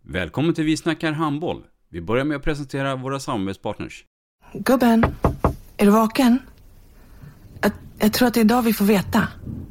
Välkommen till Vi snackar handboll. Vi börjar med att presentera våra samarbetspartners. Gubben, är du vaken? Jag tror att det är idag vi får veta.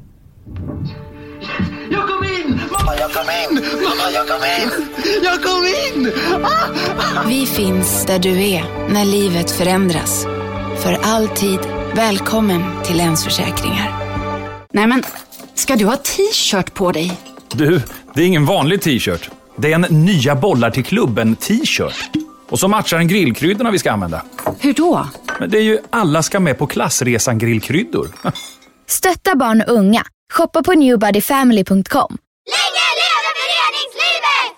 Jag kom in! Mamma, jag kom in! Mamma, jag kom in! Jag kom in! Vi finns där du är när livet förändras. För alltid välkommen till Länsförsäkringar. Nej men, ska du ha t-shirt på dig? Du, det är ingen vanlig t-shirt. Det är en nya bollar till klubben t-shirt. Och så matchar den grillkryddorna vi ska använda. Hur då? Men det är ju alla ska med på klassresan grillkryddor. Stötta barn och unga. Shoppa på newbodyfamily.com. Länge leve föreningslivet!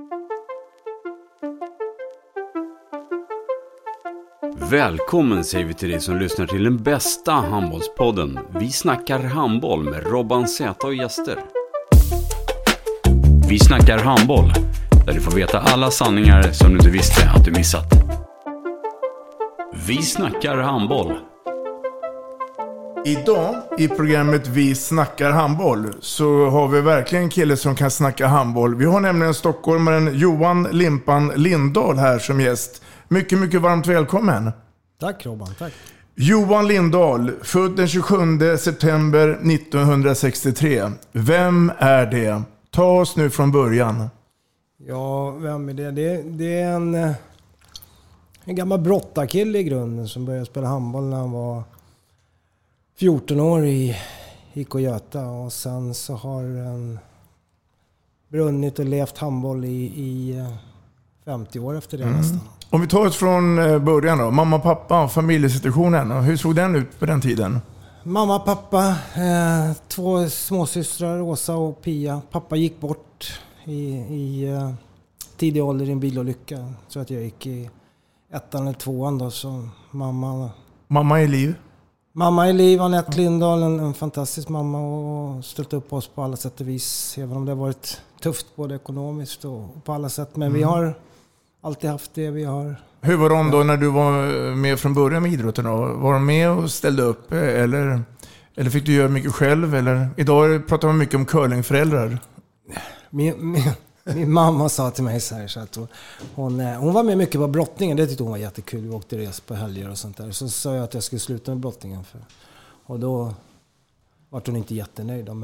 Välkommen säger vi till dig som lyssnar till den bästa handbollspodden. Vi snackar handboll med Robban Z och gäster. Vi snackar handboll, där du får veta alla sanningar som du inte visste att du missat. Vi snackar handboll. Idag i programmet Vi snackar handboll så har vi verkligen en kille som kan snacka handboll. Vi har nämligen stockholmaren Johan Limpan Lindahl här som gäst. Mycket, mycket varmt välkommen. Tack Robban, tack. Johan Lindahl, född den 27 september 1963. Vem är det? Ta oss nu från början. Ja, vem är det? Det är en gammal brottarkille i grunden som började spela handboll när han var 14 år i IK Göta. Och sen så har han brunnit och levt handboll i 50 år efter det nästan. Om vi tar oss från början då. Mamma, pappa, familjesituationen. Hur såg den ut på den tiden? Mamma, pappa, 2 småsystrar, Åsa och Pia. Pappa gick bort i tidig ålder i en bilolycka. Så att jag gick i 1:an eller 2:an då. Så Mamma är liv? Mamma är liv, Anette Lindahl, en fantastisk mamma och ställt upp oss på alla sätt och vis. Även om det har varit tufft både ekonomiskt och på alla sätt. Men vi har alltid haft det vi har. Hur var de då när du var med från början med idrotten då? Var de med och ställde upp eller fick du göra mycket själv? Eller? Idag pratar man mycket om curlingföräldrar. Min mamma sa till mig så här så att hon var med mycket på brottningen. Det tyckte hon var jättekul. Vi åkte res på helger och sånt där. Så sa jag att jag skulle sluta med brottningen. Och då var hon inte jättenöjd. Då.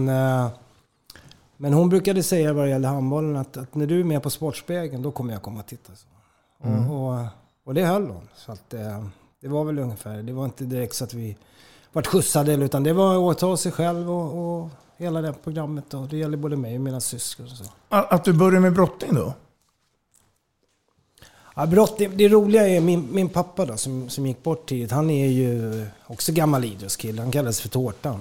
Men hon brukade säga vad det gällde handbollen att när du är med på Sportspegeln då kommer jag komma och titta. Och det höll hon. Så att, det var väl ungefär. Det var inte direkt så att vi vart skjutsade utan det var att ta sig själv och hela det programmet. Och det gäller både mig och mina syskon. Och så. Att du började med brottning då? Ja, brottning. Det roliga är min pappa då, som gick bort tidigt. Han är ju också gammal idrottskille. Han kallas för Tårtan.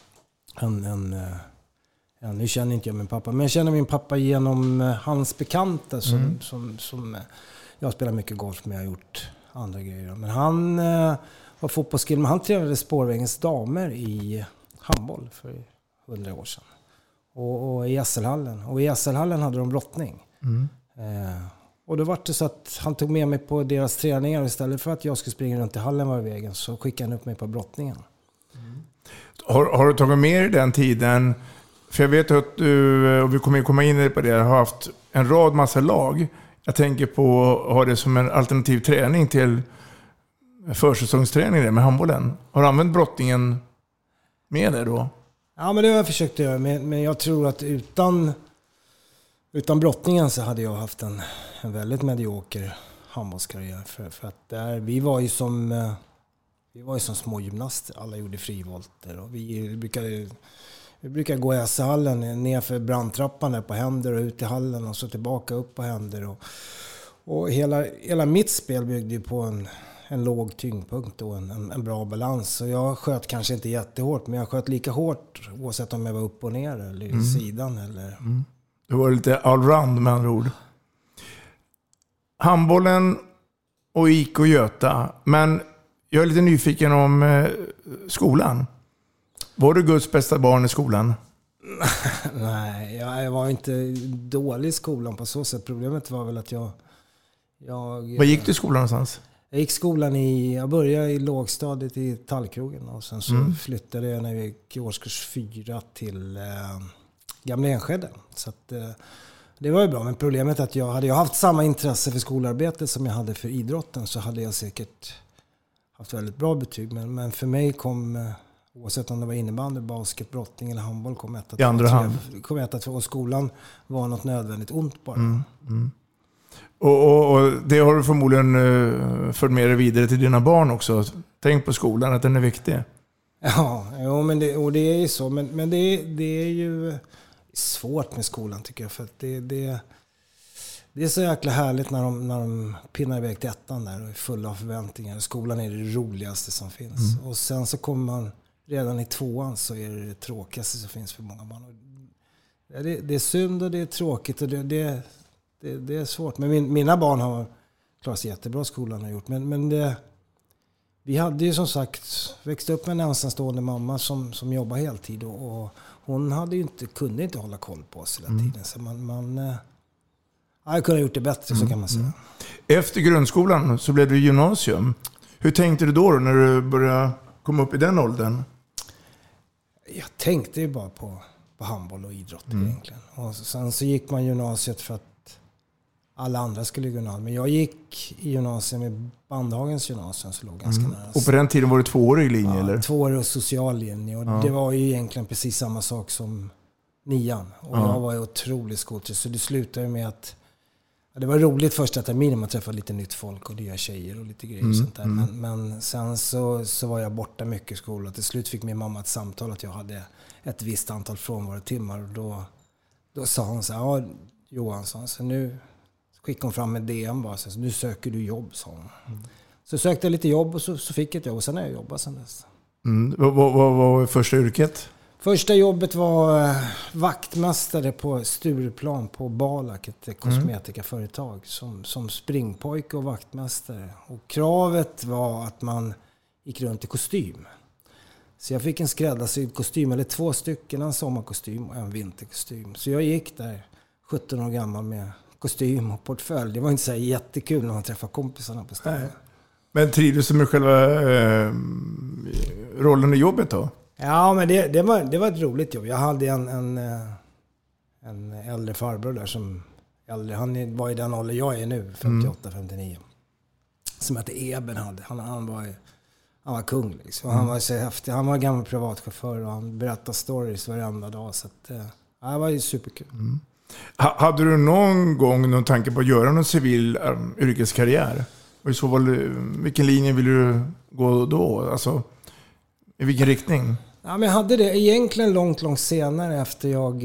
Nu känner inte jag min pappa. Men jag känner min pappa genom hans bekanta som jag spelar mycket golf med. Jag har gjort andra grejer. Men han var fotbollskille. Men han tränade Spårvägens damer i handboll för 100 år sedan. Och i SL-hallen. Och i SL-hallen hade de brottning. Och då var det så att han tog med mig på deras träningar. Istället för att jag skulle springa runt i hallen var vägen så skickade han upp mig på brottningen. Har du tagit med i den tiden? För jag vet att du, och vi kommer komma in på det, har haft en rad massa lag. Jag tänker på att ha det som en alternativ träning till försäsongsträning med handbollen. Har du använt brottningen med det då? Ja, men det har jag försökt göra. Men jag tror att utan brottningen så hade jag haft en väldigt medioker handbollskarriär. För att där, vi var ju som små gymnaster. Alla gjorde frivolter. Och vi brukar gå i SL-hallen ner för brandtrappan där på händer och ut i hallen och så tillbaka upp på händer. Och hela mitt spel byggde ju på en låg tyngdpunkt och en bra balans. Så jag sköt kanske inte jättehårt, men jag sköt lika hårt oavsett om jag var upp och ner eller i sidan. Eller. Det var lite allround med andra ord. Handbollen och IK och Göta. Men jag är lite nyfiken om skolan. Var du Guds bästa barn i skolan? Nej, jag var inte dålig i skolan på så sätt. Problemet var väl att jag Var gick du i skolan någonstans? Jag gick skolan jag började i lågstadiet i Tallkrogen och sen så flyttade jag när jag gick i årskurs 4 till Gamla Enskede. Så att Det var ju bra, men problemet är att hade jag haft samma intresse för skolarbetet som jag hade för idrotten så hade jag säkert haft väldigt bra betyg. Men för mig kom, oavsett om det var innebandy, basket, brottning eller handboll, kom ett i andra hand. Och skolan var något nödvändigt ont bara. Och det har du förmodligen fört med dig vidare till dina barn också. Tänk på skolan, att den är viktig. Ja, men det är ju så. Men det är ju svårt med skolan tycker jag. För att det är så jäkla härligt när de pinnar iväg till ettan där och är fulla av förväntningar. Skolan är det roligaste som finns. Och sen så kommer man redan i tvåan så är det tråkigaste som finns för många barn. Det är synd och det är tråkigt och det är svårt. Men mina barn har klarat sig jättebra, skolan har gjort. Men vi hade ju som sagt växt upp med en ensamstående mamma som jobbar heltid och hon kunde inte hålla koll på oss hela tiden. Så man hade kunnat gjort det bättre, så kan man säga. Efter grundskolan så blev det gymnasium. Hur tänkte du då när du började komma upp i den åldern? Jag tänkte ju bara på handboll och idrott egentligen. Och sen så gick man gymnasiet för att alla andra skulle gå. Men jag gick i gymnasiet med Bandhagens gymnasium, så låg ganska nära. Och på den tiden var det 2-årig linje, eller? 2-årig social linje. Och det var ju egentligen precis samma sak som 9:an. Och jag var ju otroligt skoltrött. Så det slutade med att det var roligt första terminen. Man träffade lite nytt folk och nya tjejer och lite grejer och sånt där. Men sen så var jag borta mycket i skolan. Till slut fick min mamma ett samtal att jag hade ett visst antal frånvarotimmar. Och då sa hon så här, Johansson, så nu skickade hon fram med DM bara. Så nu söker du jobb, sa hon. Så sökte jag lite jobb och så fick jag ett jobb. Och sen har jag jobbat sen dess. Vad var första yrket? Första jobbet var vaktmästare på Stureplan på Balak, ett kosmetikaföretag, som springpojke och vaktmästare. Och kravet var att man gick runt i kostym. Så jag fick en skräddarsydd kostym, eller 2 stycken, en sommarkostym och en vinterkostym. Så jag gick där 17 år gammal med kostym och portfölj. Det var inte så jättekul när man träffade kompisarna på stan. Men trivdes du med själva rollen i jobbet då? Ja, men det var ett roligt jobb. Jag hade en äldre farbror där som han var i den ålder jag är nu, 58-59. Som hette Eben hade. Han var kung liksom. Han var så häftig. Han var gammal privatchaufför och han berättade stories varenda dag. Så att, det var ju superkul. Hade du någon tanke på att göra någon civil yrkeskarriär? Och i så fall, vilken linje vill du gå då? Alltså, i vilken riktning? Ja, men jag hade det egentligen långt senare efter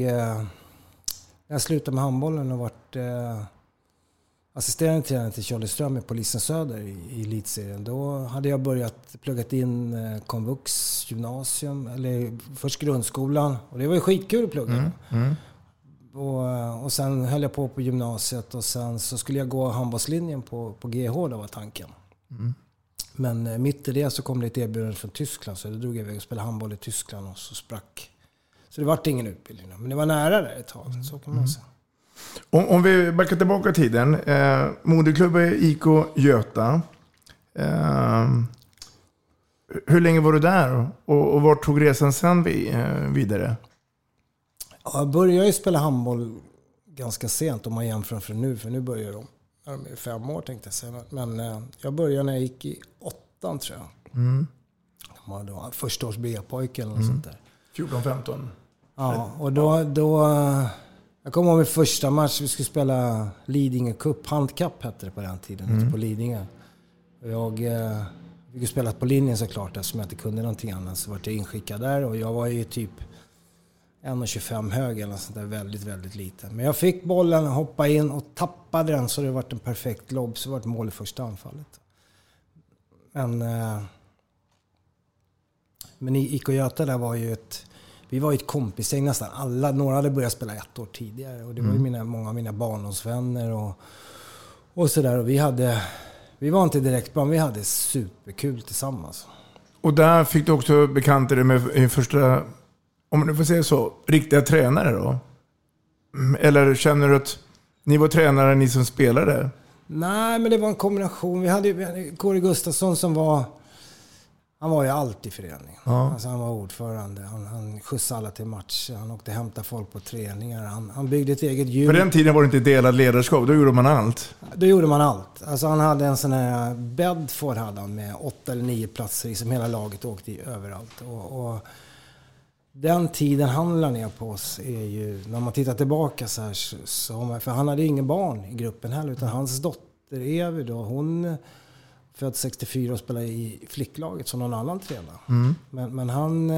jag slutade med handbollen och varit assisterande tränare till Charlie Ström i Polisen Söder i elitserien. Då hade jag pluggat in komvux, gymnasium, eller först grundskolan. Och det var ju skitkul att plugga. Och sen höll jag på gymnasiet och sen så skulle jag gå handbollslinjen på GH, då var tanken. Men mitt i det så kom det ett erbjudande från Tyskland, så då drog jag iväg och spelade handboll i Tyskland och så sprack. Så det var ingen utbildning. Men det var nära där ett tag, så kan man säga. Om vi backar tillbaka tiden. Moderklubben är IK Göta. Hur länge var du där? Och vart tog resan sen vidare? Jag började ju spela handboll ganska sent om man jämför för nu börjar de. De är 5 år tänkte jag säga. Men jag började när jag gick i 8 tror jag. Man var första års B-pojke eller något sånt där. 14-15. Ja, och då jag kommer ihåg min första match. Vi skulle spela Lidingö Cup. Handkapp hette det på den tiden. Ute på Lidingö. Och jag fick spela på linjen såklart. Eftersom jag inte kunde någonting annat så var jag inskickad där. Och jag var ju typ 1,25 hög eller sånt där, väldigt, väldigt liten. Men jag fick bollen, hoppa in och tappade den så det var en perfekt lobb, så det var ett mål i första anfallet. Men i IK Göta där var ju vi var ju ett kompisgäng nästan alla. Några hade börjat spela 1 år tidigare och det var ju många av mina barndomsvänner och sådär. Och vi var inte direkt bra, men vi hade superkul tillsammans. Och där fick du också bekanta dig med första, om du får säga så, riktiga tränare då? Eller känner du att ni var tränare, ni som spelade? Nej, men det var en kombination. Vi hade Kåre Gustafsson som var Han var ju alltid i föreningen. Ja. Alltså han var ordförande. Han skjutsade alla till matcher. Han åkte hämta folk på träningar. Han byggde ett eget gym. På den tiden var det inte delad ledarskap. Då gjorde man allt. Då gjorde man allt. Alltså han hade en sån här Bedford hade han med 8 eller 9 platser som hela laget åkte i överallt. Och den tiden han la ner på oss är ju, när man tittar tillbaka så här, så för han hade ingen barn i gruppen heller, utan hans dotter Evi då, hon född 64 och spelade i flicklaget som någon annan tränare. Men han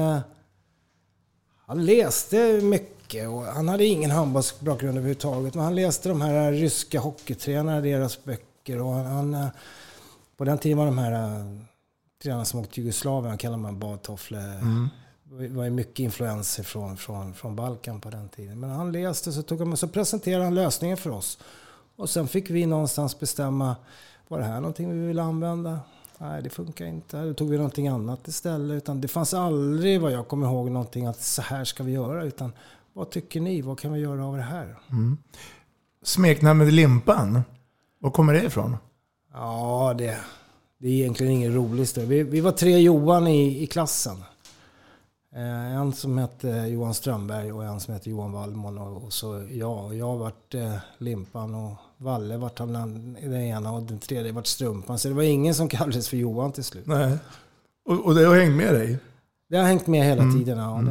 läste mycket och han hade ingen handbollsbakgrund överhuvudtaget, men han läste de här ryska hockeytränarna, deras böcker, och han på den tiden var de här tränarna som åkte till Jugoslavien, kallar man badtoffle. Det var ju mycket influenser från Balkan på den tiden. Men han läste, så presenterade han lösningen för oss. Och sen fick vi någonstans bestämma, var det här någonting vi ville använda? Nej, det funkar inte. Då tog vi någonting annat istället. Utan det fanns aldrig, vad jag kommer ihåg, någonting att så här ska vi göra. Utan vad tycker ni? Vad kan vi göra av det här? Smeknamnet Limpan, var kommer det ifrån? Ja, det är egentligen ingen rolig historia. Vi var 3 Johan i klassen. En som hette Johan Strömberg och en som hette Johan Wallmon och så jag. Och jag vart Limpan och Valle vart den ena och den tredje vart Strumpan. Så det var ingen som kallades för Johan till slut. Nej. Och det har hängt med dig? Det har hängt med hela tiden, ja.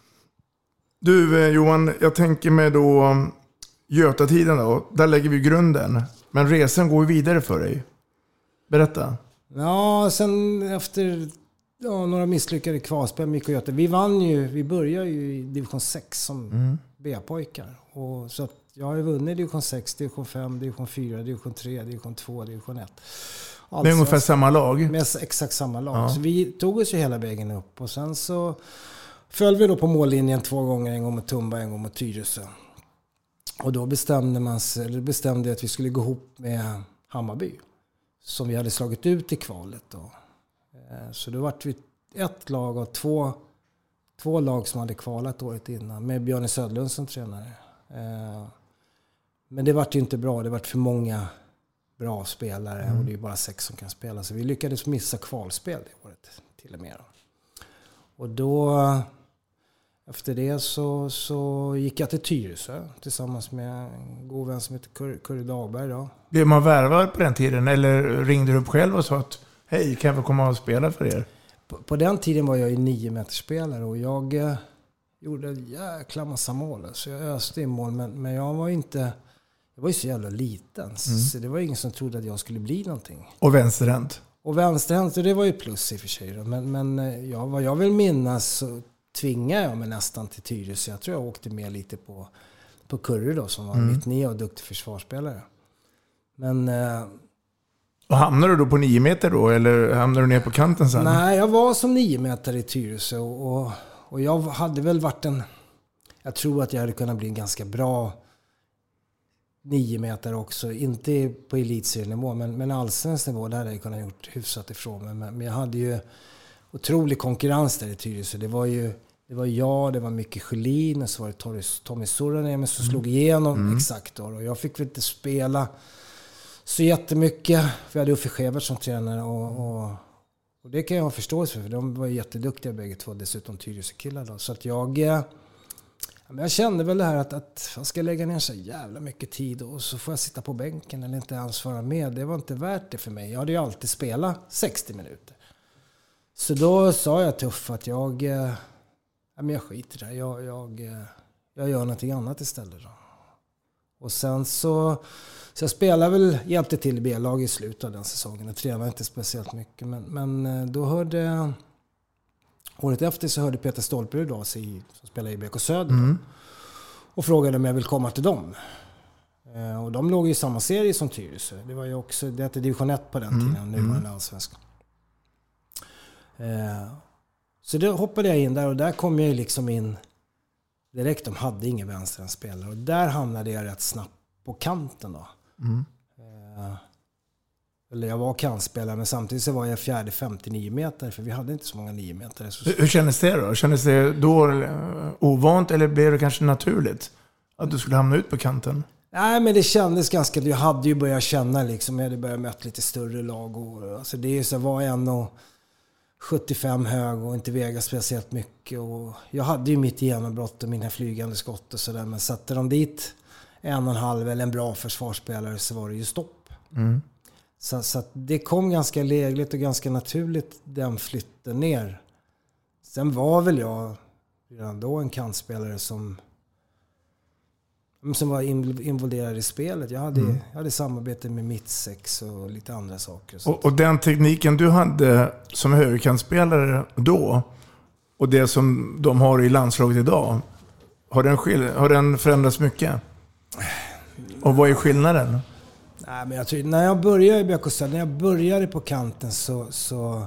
Du Johan, jag tänker med då Göta-tiden då. Där lägger vi grunden. Men resan går vidare för dig. Berätta. Ja, sen efter några misslyckade kvalspel med Göta. Vi började ju i division 6 som B-pojkar. Och så att jag har vunnit division 6, division 5, division 4, division 3, division 2, division 1. Med ungefär samma lag? Med exakt samma lag. Ja. Så vi tog oss ju hela vägen upp. Och sen så föll vi då på mållinjen 2 gånger. En gång mot Tumba, en gång mot Tyresö. Och då bestämde jag att vi skulle gå ihop med Hammarby. Som vi hade slagit ut i kvalet då. Så då var vi ett lag av två lag som hade kvalat året innan. Med Björn Södlund som tränare. Men det var ju inte bra. Det var för många bra spelare. Och det är bara 6 som kan spela. Så vi lyckades missa kvalspel det året till och med. Och då efter det så gick jag till Tyresö tillsammans med en god vän som heter Curry Dagberg då. Blev man värvad på den tiden eller ringde du upp själv och sa att hej, kan jag komma och spela för er? På den tiden var jag ju 9-metersspelare och jag gjorde en jäkla massa mål. Så jag öste i mål, men jag var ju så jävla liten. Så det var ingen som trodde att jag skulle bli någonting. Och vänsterhänt? Och vänsterhänt, det var ju plus i och för sig. Men vad jag vill minnas så tvingade jag mig nästan till Tyresö. Jag tror jag åkte med lite på Curry då, som var mitt nia och duktig försvarsspelare. Men... Och hamnade du då på 9 meter då? Eller hamnade du ner på kanten sen? Nej, jag var som 9 meter i Tyresö. Och jag hade väl varit jag tror att jag hade kunnat bli en ganska bra 9 meter också. Inte på elitserienivå, men allsvensk nivå. Där hade jag kunnat gjort hyfsat ifrån mig. Men jag hade ju otrolig konkurrens där i Tyresö. Det var jag, det var Micke Sjölin och så var det Tommy Soranen som slog igenom exakt då. Och jag fick väl inte spela så jättemycket, för jag hade Uffe Schevert som tränare och det kan jag ha förståelse för de var jätteduktiga bägge två, dessutom Tyresö-killar då. Så att jag kände väl det här att jag ska lägga ner så jävla mycket tid och så får jag sitta på bänken eller inte ens vara med. Det var inte värt det för mig. Jag hade ju alltid spelat 60 minuter. Så då sa jag till Uffe att jag skiter där. Jag gör någonting annat istället då. Och sen så jag spelade väl, hjälpte till i B-lag i slutet av den säsongen. Jag tränade inte speciellt mycket. Men då året efter så hörde Peter Stolperud av sig som spelar i BK Söder. Och frågade om jag vill komma till dem. Och de låg i samma serie som Tyresö. Det var ju också, det hette division 1 på den tiden. Nu var det allsvensk. Så då hoppade jag in där och där kom jag liksom in direkt. De hade ingen vänsterspelare och där hamnade jag rätt snabbt på kanten då. Eller jag var kantspelare, men samtidigt så var jag 4-59 meter, för vi hade inte så många 9 meter. Hur kändes det då? Kändes det då ovant eller blev det kanske naturligt att du skulle hamna ut på kanten? Nej, men det kändes ganska... Jag hade ju börjat känna liksom, jag hade börjat möta lite större lag och alltså det är så var 75 hög och inte väga speciellt mycket. Och jag hade ju mitt genombrott och mina flygande skott och sådär. Men satte de dit 1,5 eller en bra försvarsspelare så var det ju stopp. Så att det kom ganska lägligt och ganska naturligt den flytten ner. Sen var väl jag redan då en kantspelare som var involverad i spelet. Jag hade samarbete med mittsex och lite andra saker. Och den tekniken du hade som högerkantspelare då och det som de har i landslaget idag, har den förändrats mycket? Och vad är skillnaden? Nej, men jag tror, när jag började i BK Söder, när jag började på kanten så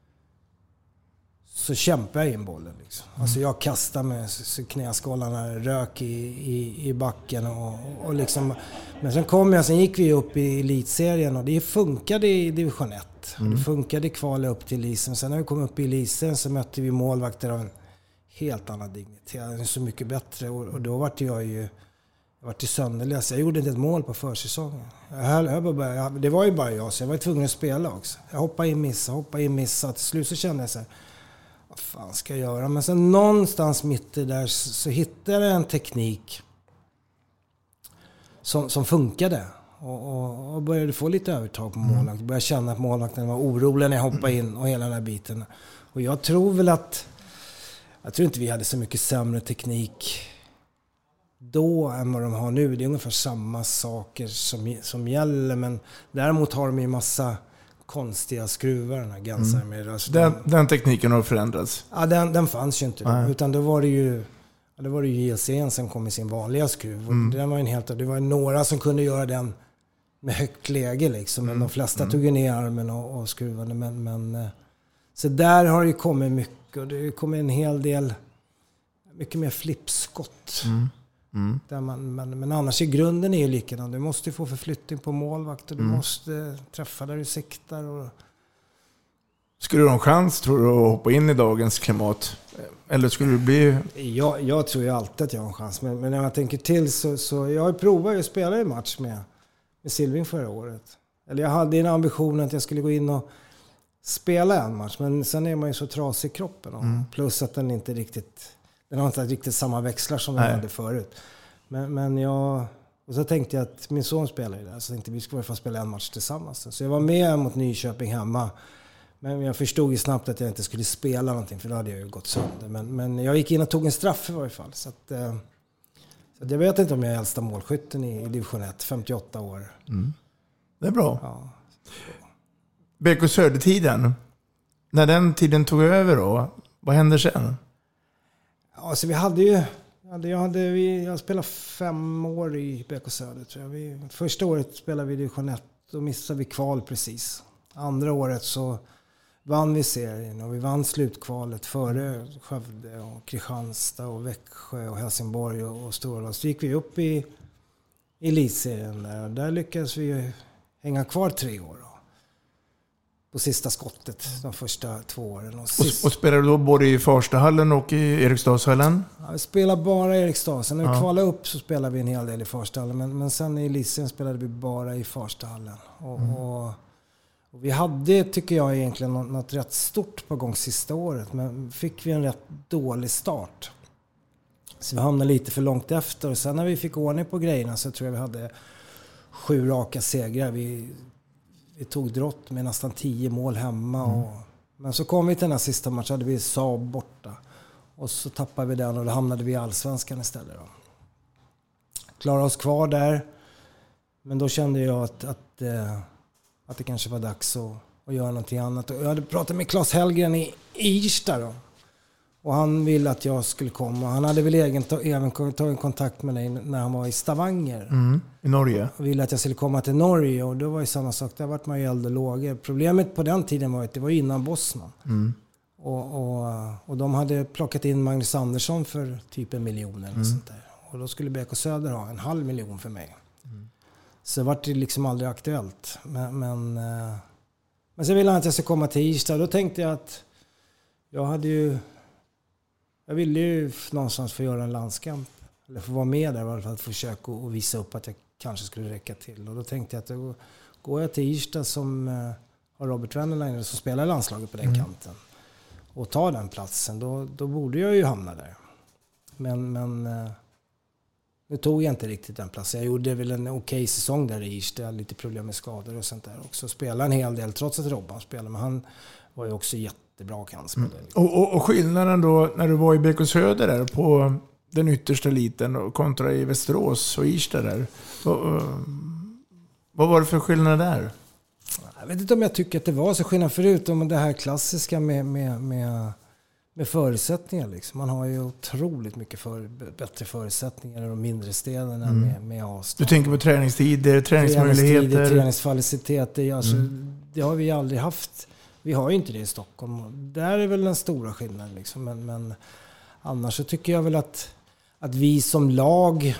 kämpade jag in bollen. Liksom. Alltså jag kastade med knäskålarna, rök i backen. Och liksom, men sen gick vi upp i elitserien och det funkade i division 1. Det funkade i kval upp till elisen. Sen när vi kom upp i elisen så mötte vi målvakter av en helt annan dignitet. Så mycket bättre. Och då var jag var sönderläst. Jag gjorde inte ett mål på försäsongen. Det var ju bara jag, så jag var tvungen att spela också. Jag hoppade in, missa. Till slut så kände jag så här, vad fan ska jag göra? Men sen någonstans mitt i där så hittade jag en teknik som funkade. Och började få lite övertag på målvakten. Började känna att målvakten var orolig när jag hoppade in och hela den här biten. Och jag tror inte vi hade så mycket sämre teknik då än vad de har nu. Det är ungefär samma saker som gäller, men däremot har de ju massa konstiga skruvar, den här gansar med rösten. Den tekniken har förändrats? Ja, den fanns ju inte då, utan då var det ju JLC:n som kom i sin vanliga skruv. Och den var det var några som kunde göra den med högt läge liksom, men de flesta tog ju ner armen och skruvade. Men så där har det ju kommit mycket, och det kommer en hel del mycket mer flippskott. Där men annars i grunden är ju likadan. Du måste få förflyttning på målvakt och du måste träffa där du siktar. Skulle du ha en chans, tror du, att hoppa in i dagens klimat? Eller skulle du bli... Jag tror ju alltid att jag har en chans. Men när jag tänker till så jag har provat att spela en match med Silving förra året. Eller jag hade en ambition att jag skulle gå in och spela en match. Men sen är man ju så trasig i kroppen. Plus att den har inte riktigt samma växlar som den hade förut. Och så tänkte jag att min son spelade där. Så tänkte vi skulle i alla fall spela en match tillsammans. Så jag var med mot Nyköping hemma. Men jag förstod ju snabbt att jag inte skulle spela någonting. För då hade jag ju gått sönder. Men jag gick in och tog en straff i varje fall. Så jag vet inte om jag är äldsta målskytten i division 1. 58 år. Det är bra. Ja. BK Söder-tiden. När den tiden tog över då. Vad hände sen? Alltså jag spelade 5 år i BK Söder, tror jag. Första året spelade vi division 1. Då missade vi kval precis. Andra året så vann vi serien och vi vann slutkvalet före Skövde och Kristianstad och Växjö och Helsingborg och Storlås. Så gick vi upp i elitserien där. Där lyckades vi hänga kvar 3 år. På sista skottet de första 2 åren. Och spelade du då både i Farstahallen och i Eriksdalshallen? Ja, vi spelade bara i Eriksdalshallen. När vi kvalade upp så spelade vi en hel del i Farstahallen. Men sen i elitserien spelade vi bara i Farstahallen. Och vi hade, tycker jag, egentligen något rätt stort på gång sista året. Men fick vi en rätt dålig start. Så vi hamnade lite för långt efter. Och sen när vi fick ordning på grejerna så tror jag vi hade 7 raka segrar. Vi tog drott med nästan 10 mål hemma. Men så kom vi till den här sista matchen. Hade vi Saab borta. Och så tappade vi den och då hamnade vi i Allsvenskan istället. Då. Klarade oss kvar där. Men då kände jag att det kanske var dags att göra någonting annat. Och jag hade pratat med Claes Hellgren i Irsta då. Och han ville att jag skulle komma. Han hade väl även tagit kontakt med mig när han var i Stavanger. I Norge. Och ville att jag skulle komma till Norge. Och då var ju samma sak. Där vart man ju eld och lågor. Problemet på den tiden var att det var innan Bosman. Och de hade plockat in Magnus Andersson för typ 1 miljon eller sånt där. Och då skulle BK Söder ha 500 000 för mig. Så vart det liksom aldrig aktuellt. Men sen ville han att jag skulle komma till Irsta. Då tänkte jag att jag ville ju någonstans få göra en landskamp. Eller få vara med där i alla fall. Att försöka och visa upp att jag kanske skulle räcka till. Och då tänkte jag att då går jag till Irsta som har Robert Wennerlein som spelar i landslaget på den kanten. och ta den platsen, då borde jag ju hamna där. Men nu tog jag inte riktigt den platsen. Jag gjorde väl en okej säsong där i Irsta. Jag hade lite problem med skador och sånt där också. Spelade en hel del trots att Robban spelade. Men han var ju också jättebra kantspelare. Och skillnaden då när du var i BK Söder där på den yttersta eliten och kontra i Västerås och Irsta där. Vad var det för skillnad där? Jag vet inte om jag tycker att det var så skillnad förutom det här klassiska med förutsättningar. Liksom. Man har ju otroligt mycket bättre förutsättningar i de mindre städerna med avstånd. Du tänker på träningstider, träningsmöjligheter? Träningsfaciliteter. Alltså, det har vi aldrig haft. Vi har ju inte det i Stockholm. Där är väl den stora skillnaden. Liksom. Men annars så tycker jag väl att vi som lag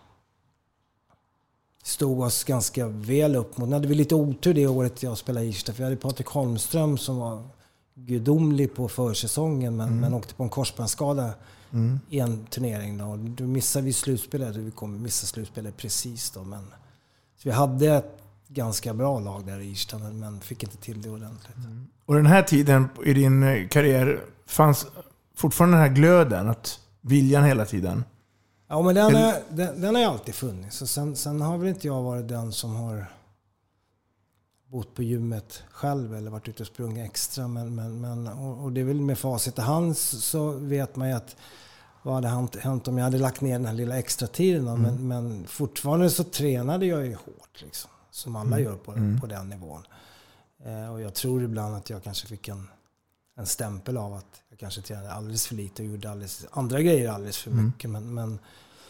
stod oss ganska väl upp mot. Nu hade vi lite otur det året jag spelade i Irsta. För vi hade Patrik Holmström som var gudomlig på försäsongen men åkte på en korsbandsskada i en turnering. Då. Då missade vi slutspelet. Vi kommer missa slutspelet precis då. Så vi hade ett ganska bra lag där i Irsta men fick inte till det ordentligt. Och den här tiden i din karriär fanns fortfarande den här glöden, att viljan hela tiden? Ja, men den har ju alltid funnits. Så sen har väl inte jag varit den som har bott på gymmet själv eller varit ute och sprungit extra. Och det är väl med facit i hand så vet man ju att vad hade hänt om jag hade lagt ner den här lilla extra tiden. Men fortfarande så tränade jag ju hårt liksom, som alla gör på den nivån. Och jag tror ibland att jag kanske fick en stämpel av att jag kanske tränade alldeles för lite och gjorde andra grejer alldeles för mycket. Men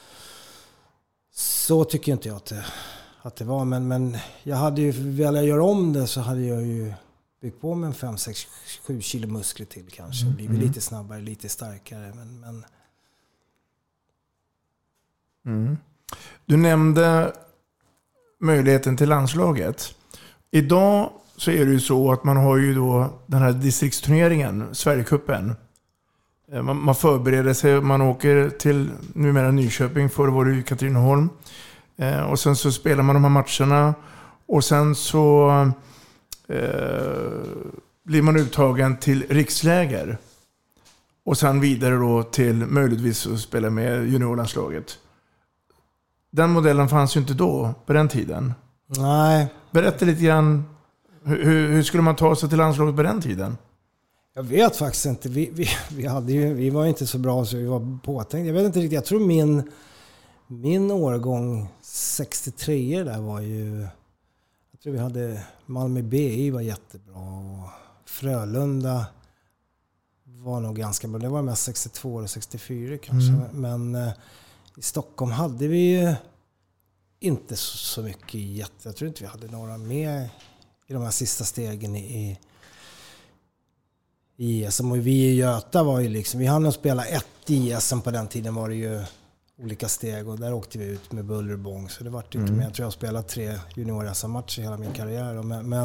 så tycker inte jag att det var. Men jag hade ju, väl jag gör om det så hade jag ju byggt på med 5-6-7 kilo muskler till kanske. Blivit lite snabbare, lite starkare. Men... Du nämnde möjligheten till landslaget. Idag så är det ju så att man har ju då den här distriktsturneringen, Sverigecupen. Man förbereder sig, man åker till numera Nyköping, förr var det ju Katrineholm. Och sen så spelar man de här matcherna och sen så blir man uttagen till riksläger. Och sen vidare då till möjligtvis att spela med juniorlandslaget. Den modellen fanns ju inte då, på den tiden. Nej. Berätta lite grann, hur skulle man ta sig till landslaget på den tiden? Jag vet faktiskt inte. Vi var inte så bra så vi var påtänkt. Jag vet inte riktigt. Jag tror min årgång 63 där var ju... Jag tror vi hade Malmö BI var jättebra och Frölunda var nog ganska bra. Det var mest 62 och 64 kanske. Men i Stockholm hade vi inte så mycket jag tror inte vi hade några med i de här sista stegen i ESM. Och vi i Göta var ju liksom, vi hann spela ett i ESM på den tiden var det ju olika steg och där åkte vi ut med buller och bång. Så det var inte med. Jag tror jag spelat 3 junior-SM-matcher i hela min karriär.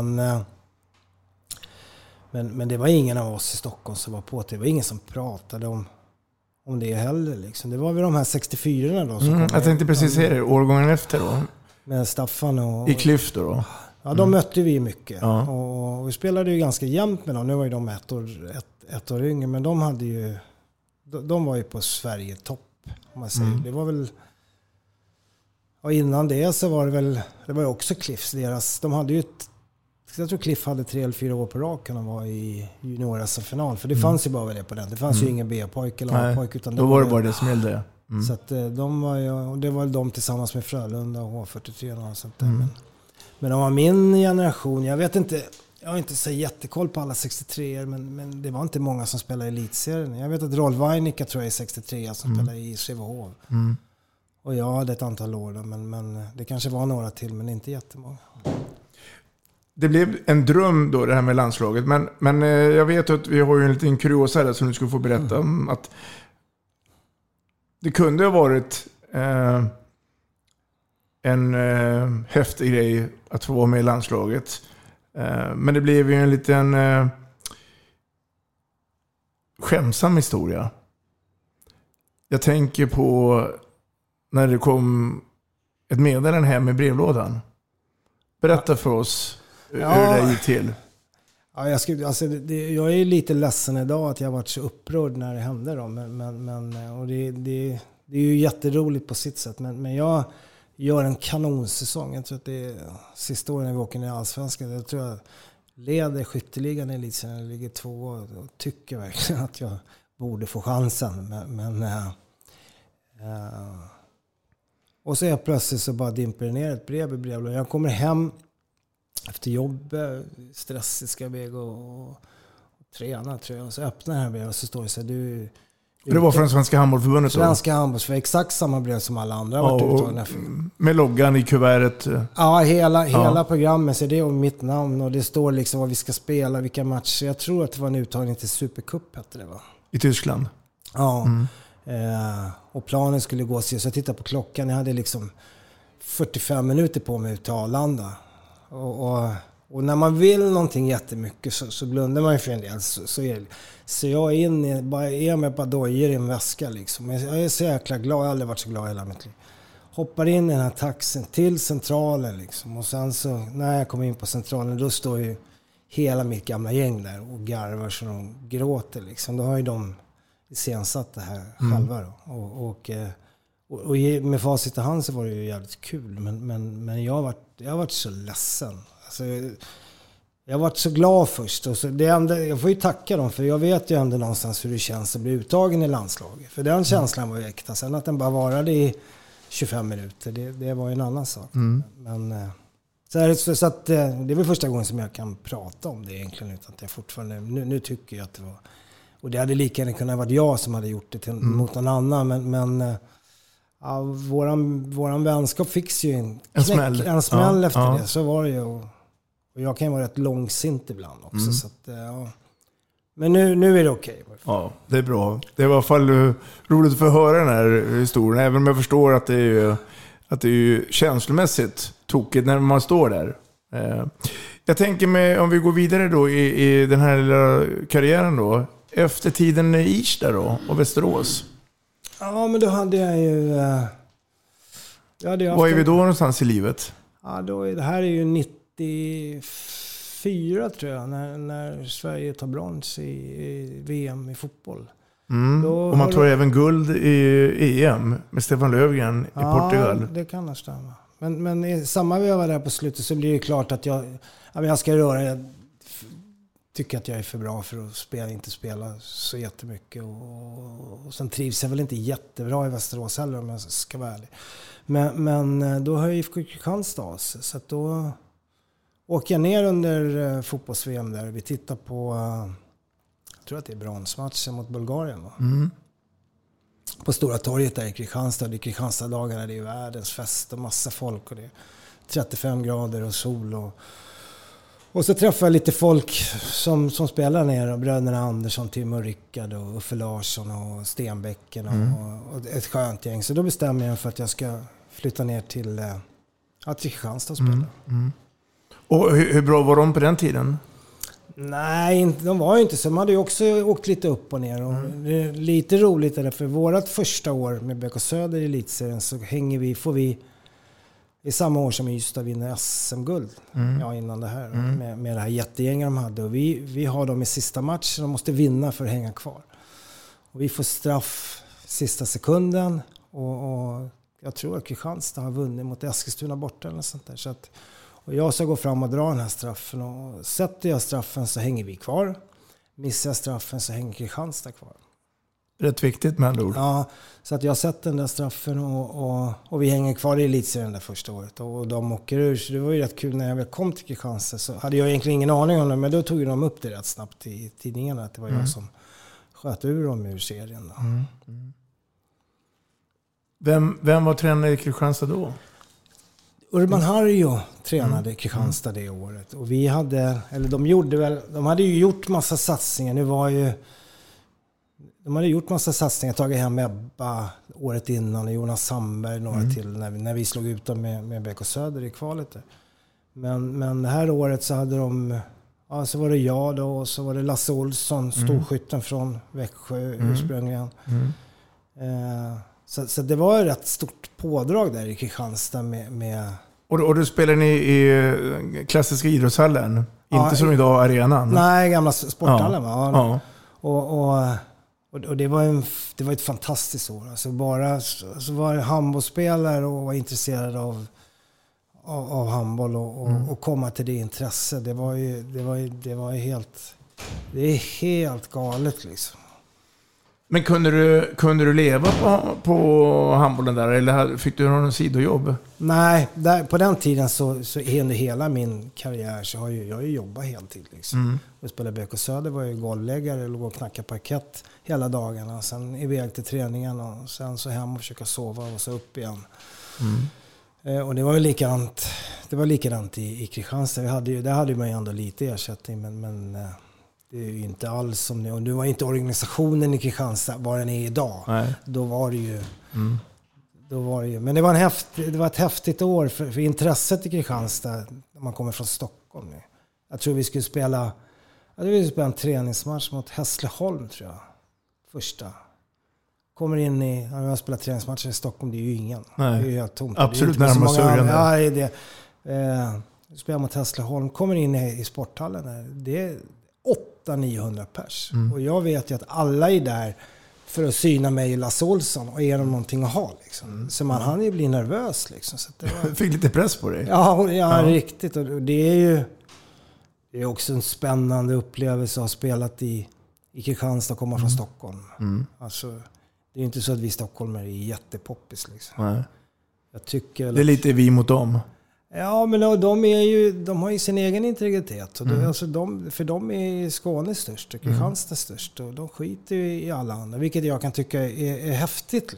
Men det var ingen av oss i Stockholm som var på det. Det var ingen som pratade om det heller. Liksom. Det var väl de här 64-orna då. Som jag tänkte precis säga det, årgången efter då. Med Staffan och... I Cliff då? Ja, de mötte vi mycket. Ja. Och vi spelade ju ganska jämnt med dem. Nu var ju de ett år yngre, men de hade ju... De var ju på Sverige topp, om man säger. Det var väl... Och innan det så var det väl... Det var ju också Cliffs. De hade ju jag tror Cliff hade 3 eller 4 år på raken och var i junior-SM-final. För det fanns ju bara det på den. Det fanns ju ingen B-pojk eller A-pojk. Utan då var det bara det som gällde. Så att de var ju... Och det var de tillsammans med Frölunda och H43 och sånt där. Men de var min generation. Jag vet inte... Jag har inte så jättekoll på alla 63 men det var inte många som spelade i elitserien. Jag vet att Rolf Weinicka tror jag är 63 som spelade i Sävehof. Och jag hade ett antal år då, men det kanske var några till men inte jättemånga. Det blev en dröm då det här med landslaget. Men jag vet att vi har ju en liten kuriosa där som du skulle få berätta om. Att det kunde ha varit en häftig grej att få vara med i landslaget. Men det blev ju en liten skämsam historia. Jag tänker på när det kom ett meddelande hem i brevlådan. Berätta för oss hur det gick till. Ja, jag är lite ledsen idag att jag har varit så upprörd när det hände då. Och det är ju jätteroligt på sitt sätt. Men jag gör en kanonsäsong. Jag tror att det är sista åren när vi åker ner i Allsvenskan. Jag tror jag leder skytteligan i elitserien. Jag ligger 2 och tycker verkligen att jag borde få chansen. Och så är jag plötsligt så bara dimper ner ett brev i brevlådan. Jag kommer hem efter jobb, stressigt ska jag iväg och träna tror jag. Och så öppnar jag här brevet och så står det så här, det var från Svenska Handbollförbundet då? Svenska Handbollsförbundet, för exakt samma brev som alla andra har varit uttagna. Med loggan i kuvertet? Ja, hela programmet. Så det är mitt namn och det står liksom vad vi ska spela, vilka matcher. Jag tror att det var en uttagning till Supercup hette det va? I Tyskland? Ja. Och planen skulle gå så jag tittade på klockan. Jag hade liksom 45 minuter på mig ut till Arlanda. Och när man vill någonting jättemycket så blundar man ju för en del. Så jag är med på dojor i en väska liksom. Jag är så jäkla glad. Jag har aldrig varit så glad i hela mitt liv. Hoppar in i den här taxin till centralen liksom. Och sen så när jag kommer in på centralen då står ju hela mitt gamla gäng där och garvar så de gråter liksom. Då har ju de iscensatt det här själva då. Och med facit i hand så var det ju jävligt kul. Men jag har varit så ledsen. Alltså, jag har varit så glad först. Och så jag får ju tacka dem för jag vet ju ändå någonstans hur det känns att bli uttagen i landslaget. För den känslan var ju äkta. Sen att den bara varade i 25 minuter, det var ju en annan sak. Men så att det är väl första gången som jag kan prata om det egentligen. Utan att jag fortfarande, nu tycker jag att det var... Och det hade lika gärna kunnat varit jag som hade gjort det mot någon annan. Men ja, våran vänskap fick ju en smäll efter det. Så var det ju. Och jag kan ju vara rätt långsint ibland också. Så att, ja. Men nu är det okej. Ja, det är bra. Det var i alla fall roligt att få höra den här historien. Även om jag förstår att det är ju känslomässigt tokigt när man står där. Jag tänker mig, om vi går vidare då i den här lilla karriären då. Efter tiden i Irsta då och Västerås. Ja, men då hade jag ju... Var är vi då någonstans i livet? Ja, det här är ju 94 tror jag. När Sverige tar brons i VM i fotboll. Och man tar även guld i EM med Stefan Löfgren i Portugal. Ja, det kan stämma. Men i samma veva där på slutet så blir det klart att jag ska röra... Jag tycker att jag är för bra för att inte spela så jättemycket. Och sen trivs jag väl inte jättebra i Västerås heller om jag ska vara ärlig. Men då har jag IFK Kristianstad. Så att då åker jag ner under fotbolls-VM där. Vi tittar på, jag tror att det är bronsmatchen mot Bulgarien. Va? På Stora torget där i Kristianstad. Det är Kristianstad-dagarna, det är världens fest och massa folk. Och det är 35 grader och sol och så träffar jag lite folk som spelar ner. Bröderna Andersson, Tim och Rickard och Uffe Larsson och Stenbäcken och ett skönt gäng. Så då bestämmer jag för att jag ska flytta ner till Kristianstad och spela. Och hur bra var de på den tiden? Nej, de var ju inte så. De hade ju också åkt lite upp och ner. Och det är lite roligt är det, för vårat första år med BK Söder i elitserien så får vi i samma år som Ystad vinner SM-guld innan det här med det här jättegänget de hade. Och vi har dem i sista matchen. De måste vinna för att hänga kvar. Och vi får straff sista sekunden. Och jag tror att Kristianstad har vunnit mot Eskilstuna borta eller sånt där. Så att, och jag ska gå fram och dra den här straffen. Och sätter jag straffen så hänger vi kvar. Missar jag straffen så hänger Kristianstad kvar. Rätt viktigt med andra ord. Ja, så att jag sett den där straffen och vi hänger kvar i elitserien där första året. Och de åker ur. Så det var ju rätt kul när jag väl kom till Kristianstad. Så hade jag egentligen ingen aning om det. Men då tog de upp det rätt snabbt i tidningarna. Att det var jag som sköt ur dem ur serien. Då. Vem var tränare i Kristianstad då? Urban Harjo tränade Kristianstad det året. Och vi hade, eller de hade ju gjort massa satsningar. De hade gjort massa satsningar, tagit hem Ebba året innan och Jonas Sandberg några till när vi slog ut dem med BK Söder i kvalet där. Men det här året så hade de, så var det jag då och så var det Lasse Olsson, storskytten från Växjö ursprungligen. Så det var ett rätt stort pådrag där i Kristianstad med... Och du spelar ni i klassiska idrottshallen? Inte som idag arenan? Nej, gamla sporthallen. Ja. Och det var ett fantastiskt år. Alltså bara så var handbollsspelare och var intresserad av handboll och komma till det intresse. Det var helt galet liksom. Men kunde du leva på handbollen där, eller fick du någon sidojobb? Nej, på den tiden så under hela min karriär så har jag jobbat heltid liksom. Jag spelade BK Söder, var ju golvläggare, låg och knackade parkett hela dagarna, sen iväg till träningen och sen så hem och försöka sova och så upp igen. Och det var ju likadant i Kristianstad. Där hade man ju ändå lite ersättning, men det är ju inte alls som det. Och det var inte organisationen i Kristianstad vad den är idag. Nej. Då var det ju... Men det var ett häftigt år för intresset i Kristianstad när man kommer från Stockholm nu. Jag tror vi skulle spela en träningsmatch mot Hässleholm, tror jag. Första. Kommer in när jag spelar träningsmatcher i Stockholm, det är ju ingen. Nej. Det är ju helt tomt. Absolut närmast Sörjan. Ja, det är det. Spelar mot Hässleholm, kommer in i sporthallen där. Det är 800-900 pers. Och jag vet ju att alla är där för att syna mig i Lasse Olsson och ge dem någonting att ha liksom. Så man hann ju bli nervös liksom. Så det var... Fick lite press på dig. Ja, riktigt. Och det är också en spännande upplevelse att ha spelat i Kristianstad och komma från Stockholm. Alltså, det är inte så att vi stockholmare är jättepoppis liksom. Nej. Jag tycker det är lite vi mot dem. Ja, men de har ju sin egen integritet. Och för dem är Skåne störst och Kristianstad störst. Och de skiter ju i alla andra, vilket jag kan tycka är häftigt.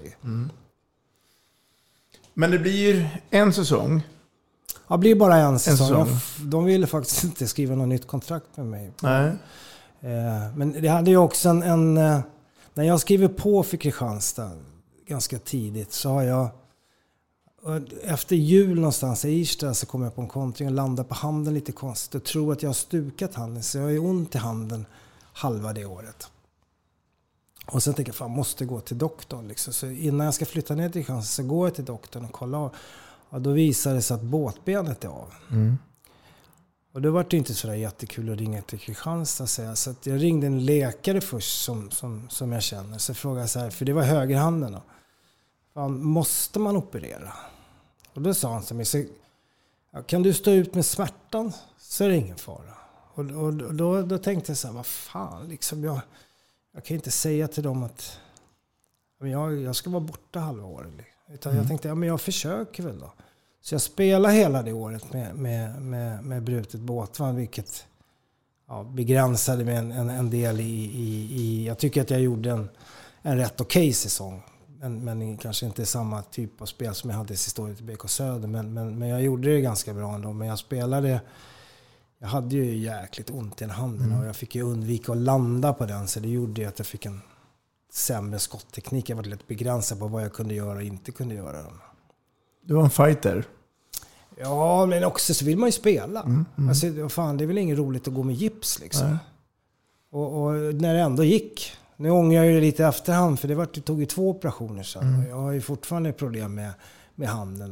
Men det blir en säsong. Ja, det blir bara en säsong. De ville faktiskt inte skriva något nytt kontrakt med mig. Nej. Men det hade ju också när jag skriver på för Kristianstad ganska tidigt så har jag... Efter jul någonstans i Irsta så kommer jag på en kontring och landar på handen lite konstigt och tror att jag har stukat handen, så jag har ju ont i handen halva det året. Och sen tänker jag, fan, måste gå till doktorn liksom. Så innan jag ska flytta ner till Kristianstad så går jag till doktorn och kollar. Och då visar det sig att båtbenet är av. Och då var det inte så där jättekul att ringa till Kristianstad. Så att jag ringde en läkare först som jag känner. Så frågade jag så här, för det var högerhanden då. Fan, måste man operera? Och då sa han till mig, så, kan du stå ut med smärtan så är det ingen fara. Och då tänkte jag så här, vad fan, liksom jag kan inte säga till dem att jag ska vara borta halva året. Utan jag tänkte, men jag försöker väl då. Så jag spelade hela det året med brutet båtvagn, vilket begränsade mig en del i jag tycker att jag gjorde en rätt okej säsong. Men kanske inte samma typ av spel som jag hade i historien till BK Söder. Men jag gjorde det ganska bra ändå. Men jag hade ju jäkligt ont i handen och jag fick ju undvika att landa på den. Så det gjorde ju att jag fick en sämre skottteknik. Jag var lite begränsad på vad jag kunde göra och inte kunde göra. Du var en fighter. Ja, men också så vill man ju spela. Alltså, fan, det är väl inget roligt att gå med gips liksom. Och när det ändå gick... Nu ångrar jag ju lite i efterhand, för det tog ju 2 operationer sen. Jag har ju fortfarande problem med handen.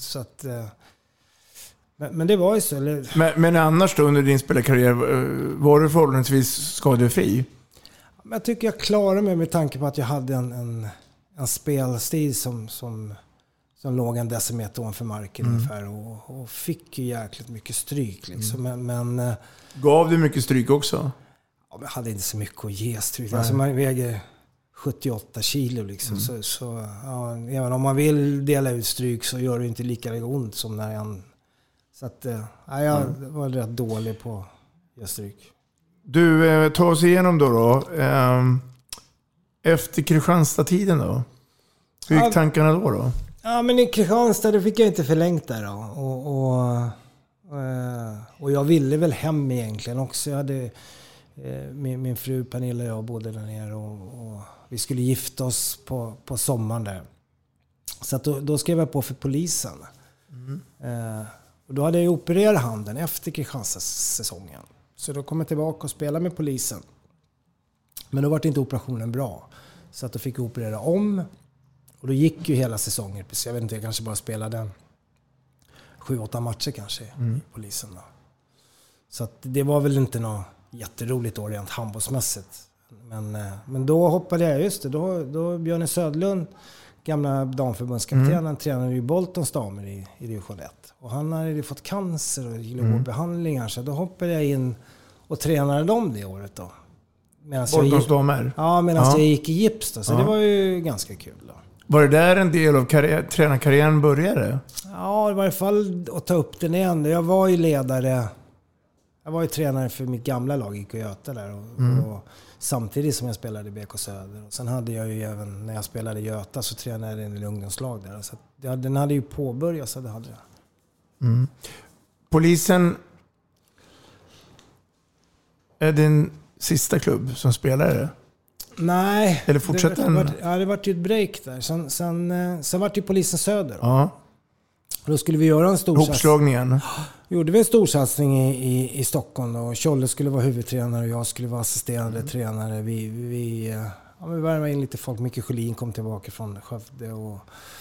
Men det var ju så. Men annars då under din spelarkarriär, var du förhållandevis skadefri? Jag tycker jag klarade mig med tanke på att jag hade en spelstil som låg en decimeter ovanför marken ungefär. Och fick ju jäkligt mycket stryk liksom. Men gav du mycket stryk också? Jag hade inte så mycket att ge stryk. Alltså man väger 78 kilo liksom. Så även om man vill dela ut stryk så gör det inte lika ont som när jag... Så att jag var rätt dålig på att ge stryk. Du, tar oss igenom då. Efter Kristianstad-tiden då? Hur gick tankarna då? Ja, men i Kristianstad då fick jag inte förlängt där då. Och jag ville väl hem egentligen också. Jag hade... Min fru Pernilla och jag bodde där nere och vi skulle gifta oss på sommaren där. Så att då skrev jag på för polisen. Och då hade jag opererat handen efter Kristianstadssäsongen. Så då kom jag tillbaka och spelade med polisen. Men då var inte operationen bra. Så att då fick jag operera om. Och då gick ju hela säsongen. Jag vet inte, jag kanske bara spelade 7-8 matcher kanske i polisen då. Så att det var väl inte något jätteroligt år rent handbollsmässigt. Men då hoppade jag, just det, då Björn Södlund, gamla damförbundskaptenen, tränade ju Boltons damer i division 1. Och han hade ju fått cancer och behandlingar, så då hoppade jag in och tränade dem det året då. Boltons damer? Ja, medan jag gick i gips då, så det var ju ganska kul då. Var det där en del av tränarkarriären började? Ja, i varje fall att ta upp den igen. Jag var ju ledare. Jag var ju tränare för mitt gamla lag i Göta där. Och samtidigt som jag spelade i BK Söder. Och sen hade jag ju även, när jag spelade i Göta, så tränade jag i en ungdomslag där. Så den hade ju påbörjats, så det hade jag. Polisen är din sista klubb som spelare? Nej. Eller fortsätter det var ju ett break där. Sen var det ju Polisen Söder. Ja. Då skulle vi göra en stor hopslagningen. Gjorde vi en stor satsning i Stockholm då. Och Kjolle skulle vara huvudtränare och jag skulle vara assisterande tränare. Vi värvade in lite folk. Micke Sjölin kom tillbaka från Skövde och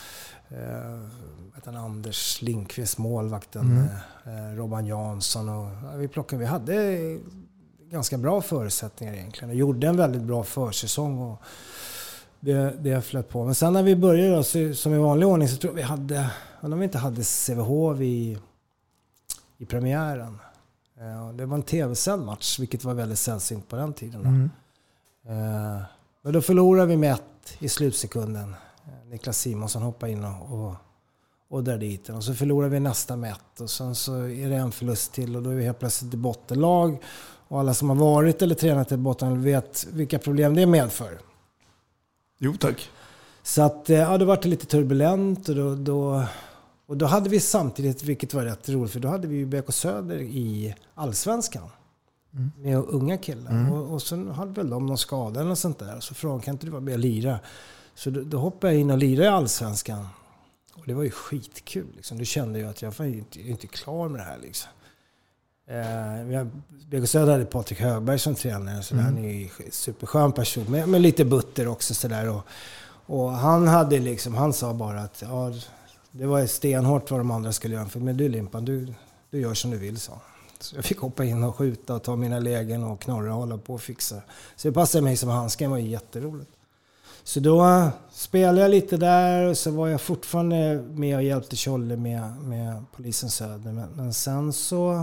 Anders Lindqvist, målvakten, Robban Jansson, och vi hade ganska bra förutsättningar egentligen. Och gjorde en väldigt bra försäsong och det flöt på. Men sen när vi började då, som i vanlig ordning, så tror jag vi inte hade CVH i premiären. Det var en tv-sänd match, vilket var väldigt sällsynt på den tiden. Men då förlorade vi med 1 i slutsekunden. Niklas Simonsson hoppade in och där dit den. Och så förlorade vi nästa med 1. Och sen så är det en förlust till och då är vi helt plötsligt i bottenlag. Och alla som har varit eller tränat i botten vet vilka problem det medför. Jo, tack. Så att det var lite turbulent och då hade vi samtidigt, vilket var rätt roligt, för då hade vi ju BK Söder i Allsvenskan med unga killar. Och så hade väl de någon skada eller något sånt där. Och så frågade, kan inte du vara med och lira? Så då hoppade jag in och lirade i Allsvenskan. Och det var ju skitkul. Liksom. Du kände ju att jag var inte klar med det här. Liksom. BK Söder hade Patrik Högberg som tränare. Så han är ju en superskön person. Men lite butter också. Så där. Och han hade liksom, han sa bara att det var stenhårt vad de andra skulle göra. Men du Limpan, du gör som du vill, sa. Så jag fick hoppa in och skjuta och ta mina lägen och knorra och hålla på och fixa. Så det passade mig som handsken, var jätteroligt. Så då spelade jag lite där och så var jag fortfarande med och hjälpte Kjolle med Polisen Söder. Men sen så...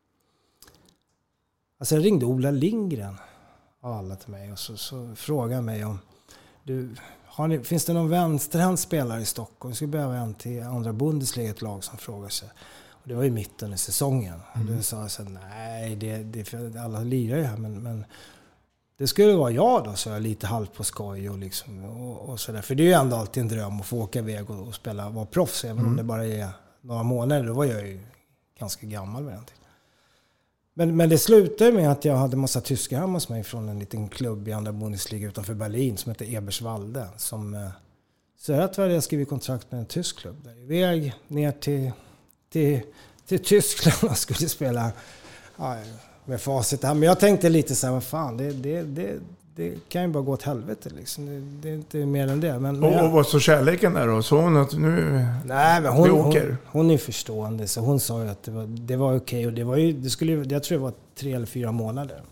Alltså jag ringde Ola Lindgren av alla till mig och så frågade han mig om... finns det någon vänsterhänt spelare i Stockholm? Jag skulle behöva en till andra Bundesliga, ett lag som frågar sig. Och det var ju mitt under säsongen. Och då sa jag så här, nej, det alla lirar ju här, men det skulle vara jag då, så jag lite halvt på skoj och liksom och så där. För det är ju ändå alltid en dröm att få åka iväg och spela, vara proffs, även om det bara är några månader. Då var jag ju ganska gammal med den tiden. Men det slutade med att jag hade massa tyskar hemma hos mig från en liten klubb i andra Bundesliga utanför Berlin som heter Eberswalde. Så jag tror att jag skrev kontrakt med en tysk klubb där. Iväg ner till Tyskland och skulle spela med facit här. Men jag tänkte lite så här, vad fan, det kan ju bara gå åt helvete liksom. Det är inte mer än det. Och vad så kärleken där då? Så hon att nu nej, men hon är förstående, så hon sa ju att det var okej. Och det var ju, jag tror det var 3 eller 4 månader.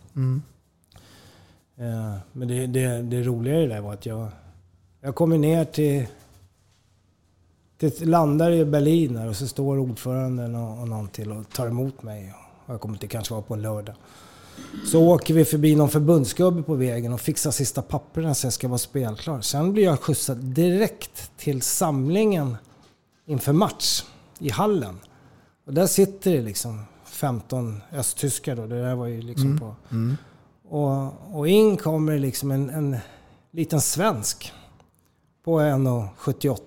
Men det roliga i det där var att jag kommer ner till landar i Berlin och så står ordföranden och någon till och tar emot mig. Och jag kommer inte kanske vara på en lördag. Så åker vi förbi någon förbundsgubbe på vägen och fixar sista papperna så jag ska vara spelklar. Sen blir jag skjutsad direkt till samlingen inför match i hallen. Och där sitter det liksom 15 östtyskar då. Det där var ju liksom på... Och in kommer liksom en liten svensk på 1,78.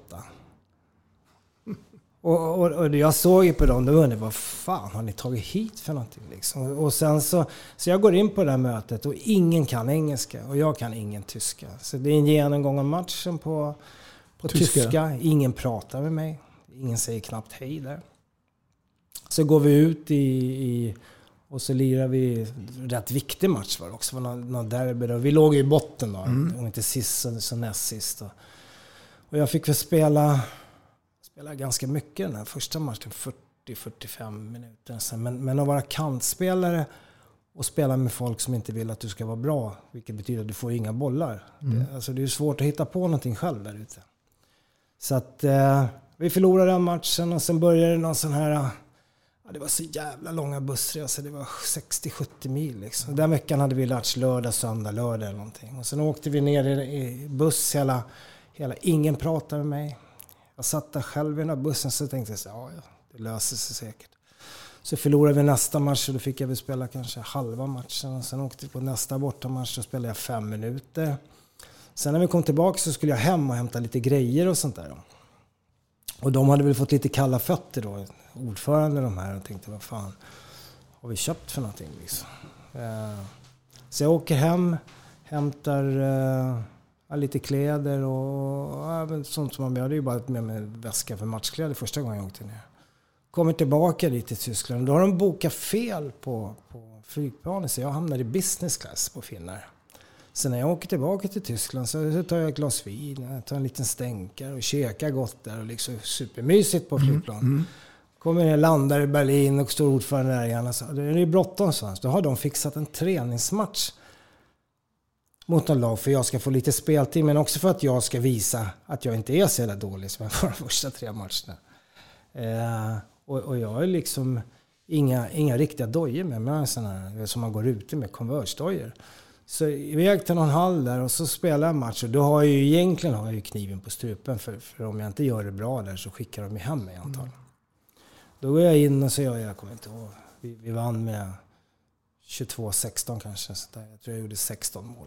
Och jag såg ju på dem, då undrade vad fan har ni tagit hit för någonting liksom. Och sen så jag går in på det här mötet och ingen kan engelska och jag kan ingen tyska. Så det är en genomgång av matchen på tyska. Ingen pratar med mig. Ingen säger knappt hej där. Så går vi ut och så lirar vi rätt viktig match var det också. Någon derby då. Vi låg i botten då. Och inte sist så näst sist då. Och jag fick väl spela ganska mycket den här första matchen. 40-45 minuter sen. Men att vara kantspelare och spela med folk som inte vill att du ska vara bra, vilket betyder att du får inga bollar. Det är svårt att hitta på någonting själv där ute. Så att vi förlorade den matchen och sen började någon sån här... det var så jävla långa bussresor. Det var 60-70 mil liksom. Den veckan hade vi lärt lördag, söndag, lördag eller någonting. Och sen åkte vi ner i buss hela ingen pratade med mig. Jag satt där själv i den här bussen så tänkte jag ja, det löser sig säkert. Så förlorade vi nästa match och då fick jag väl spela kanske halva matchen. Och sen åkte vi på nästa bortamatch och spelade jag 5 minuter. Sen när vi kom tillbaka så skulle jag hem och hämta lite grejer och sånt där. Och de hade väl fått lite kalla fötter då, ordförande de här, och tänkte vad fan har vi köpt för någonting liksom. Så jag åker hem, hämtar lite kläder och sånt som jag hade ju bara med mig väska för matchkläder första gången jag åkte ner. Kommer tillbaka dit till Tyskland. Då har de bokat fel på flygplanet så jag hamnar i business class på Finnair. Så när jag åker tillbaka till Tyskland så tar jag ett glas vin, jag tar en liten stänkare och käkar gott där och liksom supermysigt på flygplan. Kommer ner, landar i Berlin och står ordförande där igen. Alltså, det är ju bråttom så. Då har de fixat en träningsmatch mot någon lag för jag ska få lite speltid, men också för att jag ska visa att jag inte är så jävla dålig som jag var de första 3 matcherna. Och jag har liksom inga riktiga dojor med mig, såna här, som man går ute med, Converge-dojor. Så iväg till någon hall där och så spelar jag match och då har jag ju egentligen kniven på strupen för om jag inte gör det bra där så skickar de mig hem i antal. Då går jag in och så jag kommer inte ihåg, vi vann med 22-16 kanske, så där. Jag tror jag gjorde 16 mål.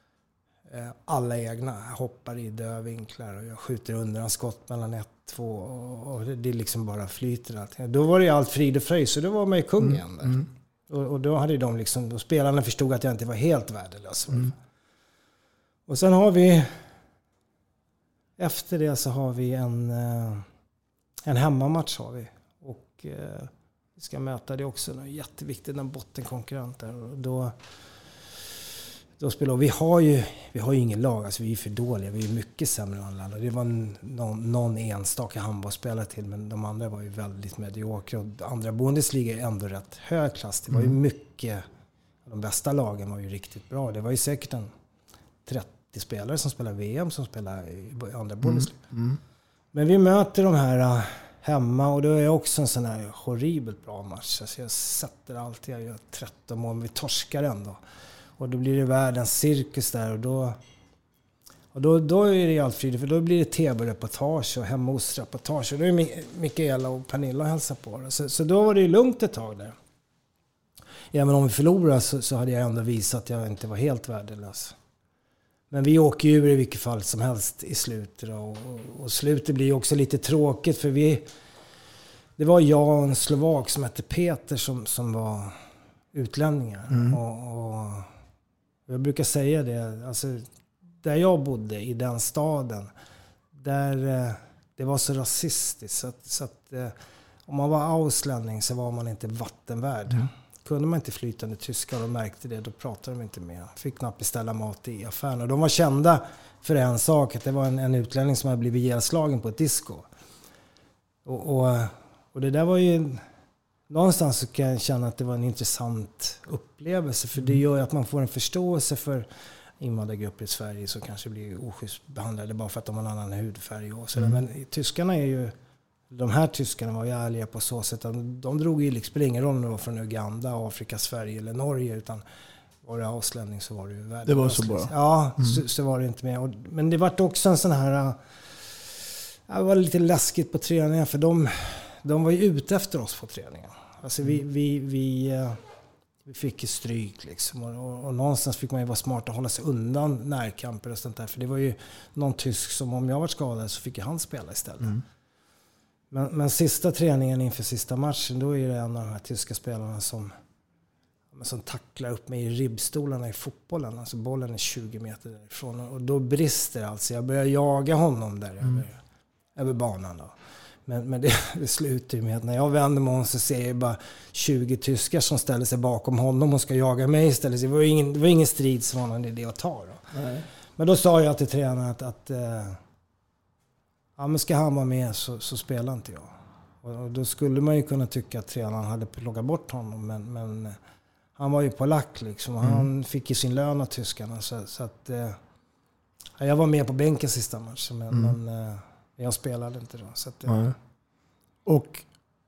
Alla egna, jag hoppar i dödvinklar och jag skjuter undan skott mellan 1-2 och det liksom bara flyter allting. Då var det allt frid och fröjd, så då var man ju kung igen där. Och då hade de liksom, då spelarna förstod att jag inte var helt värdelös. Och sen har vi, efter det så har vi en hemmamatch har vi. Och vi ska möta det också, det är jätteviktigt, en bottenkonkurrent där. Och då spelar vi har ju ingen lag, alltså vi är för dåliga, vi är mycket sämre än alla. Det var någon enstaka handbollsspelare till, men de andra var ju väldigt mediokra och andra Bundesliga är ändå rätt hög klass. Det var ju mycket, de bästa lagen var ju riktigt bra. Det var ju säkert 30 spelare som spelar VM som spelar i andra Bundesliga. Men vi möter de här hemma och då är jag också en sån här horribelt bra match. Alltså jag sätter alltid, jag gör 13 mål, men vi torskar ändå. Och då blir det världens cirkus där och då är det allt frid, för då blir det tv-reportage och hemma hos-reportage. Och då är Mikaela och Pernilla hälsa på det. Så då var det ju lugnt ett tag där. Även om vi förlorade så hade jag ändå visat att jag inte var helt värdelös. Men vi åker ju ur i vilket fall som helst i slutet. Och slutet blir ju också lite tråkigt för det var jag och en slovak som hette Peter som var utlänningar. Och jag brukar säga det, alltså där jag bodde i den staden, där det var så rasistiskt så att om man var auslänning så var man inte vattenvärd. Kunde man inte flytande tyska och de märkte det, då pratade de inte med. Fick knappt beställa mat i affären. Och de var kända för en sak, att det var en utlänning som hade blivit ihjälslagen på ett disco. Och det där var ju... Någonstans så kan jag känna att det var en intressant upplevelse. För det gör att man får en förståelse för invandrargrupper i Sverige som kanske blir oschysst behandlade bara för att de har en annan hudfärg. Och sådär. Men tyskarna är ju... De här tyskarna var ju ärliga på så sätt att de drog ju liksom ingen roll om det var från Uganda, Afrika, Sverige eller Norge, utan var det auslänning så var det ju världen. Det var så bra. Ja, så var det inte med. Men det var också en sån här... Det var lite läskigt på träningen för de var ju ute efter oss på träningen. Alltså vi fick ju stryk liksom. Och någonstans fick man ju vara smart att hålla sig undan närkamper och sånt där. För det var ju någon tysk som, om jag var skadad så fick ju han spela istället. Men sista träningen inför sista matchen, då är det en av de här tyska spelarna som tacklar upp mig i ribbstolarna i fotbollen. Alltså bollen är 20 meter därifrån. Och då brister alltså. Jag börjar jaga honom där över banan då. Men det slutar ju med att när jag vänder mig om så ser jag bara 20 tyskar som ställer sig bakom honom och ska jaga mig istället. Så det var ingen strid som var någon idé att ta då. Nej. Men då sa jag till tränaren att men ska han vara med så spelar inte jag. Och då skulle man ju kunna tycka att tränaren hade plockat bort honom. Men han var ju polack liksom. Han fick ju sin lön av tyskarna. Så att, jag var med på bänken sista matchen. Men jag spelade inte då. Så att, Och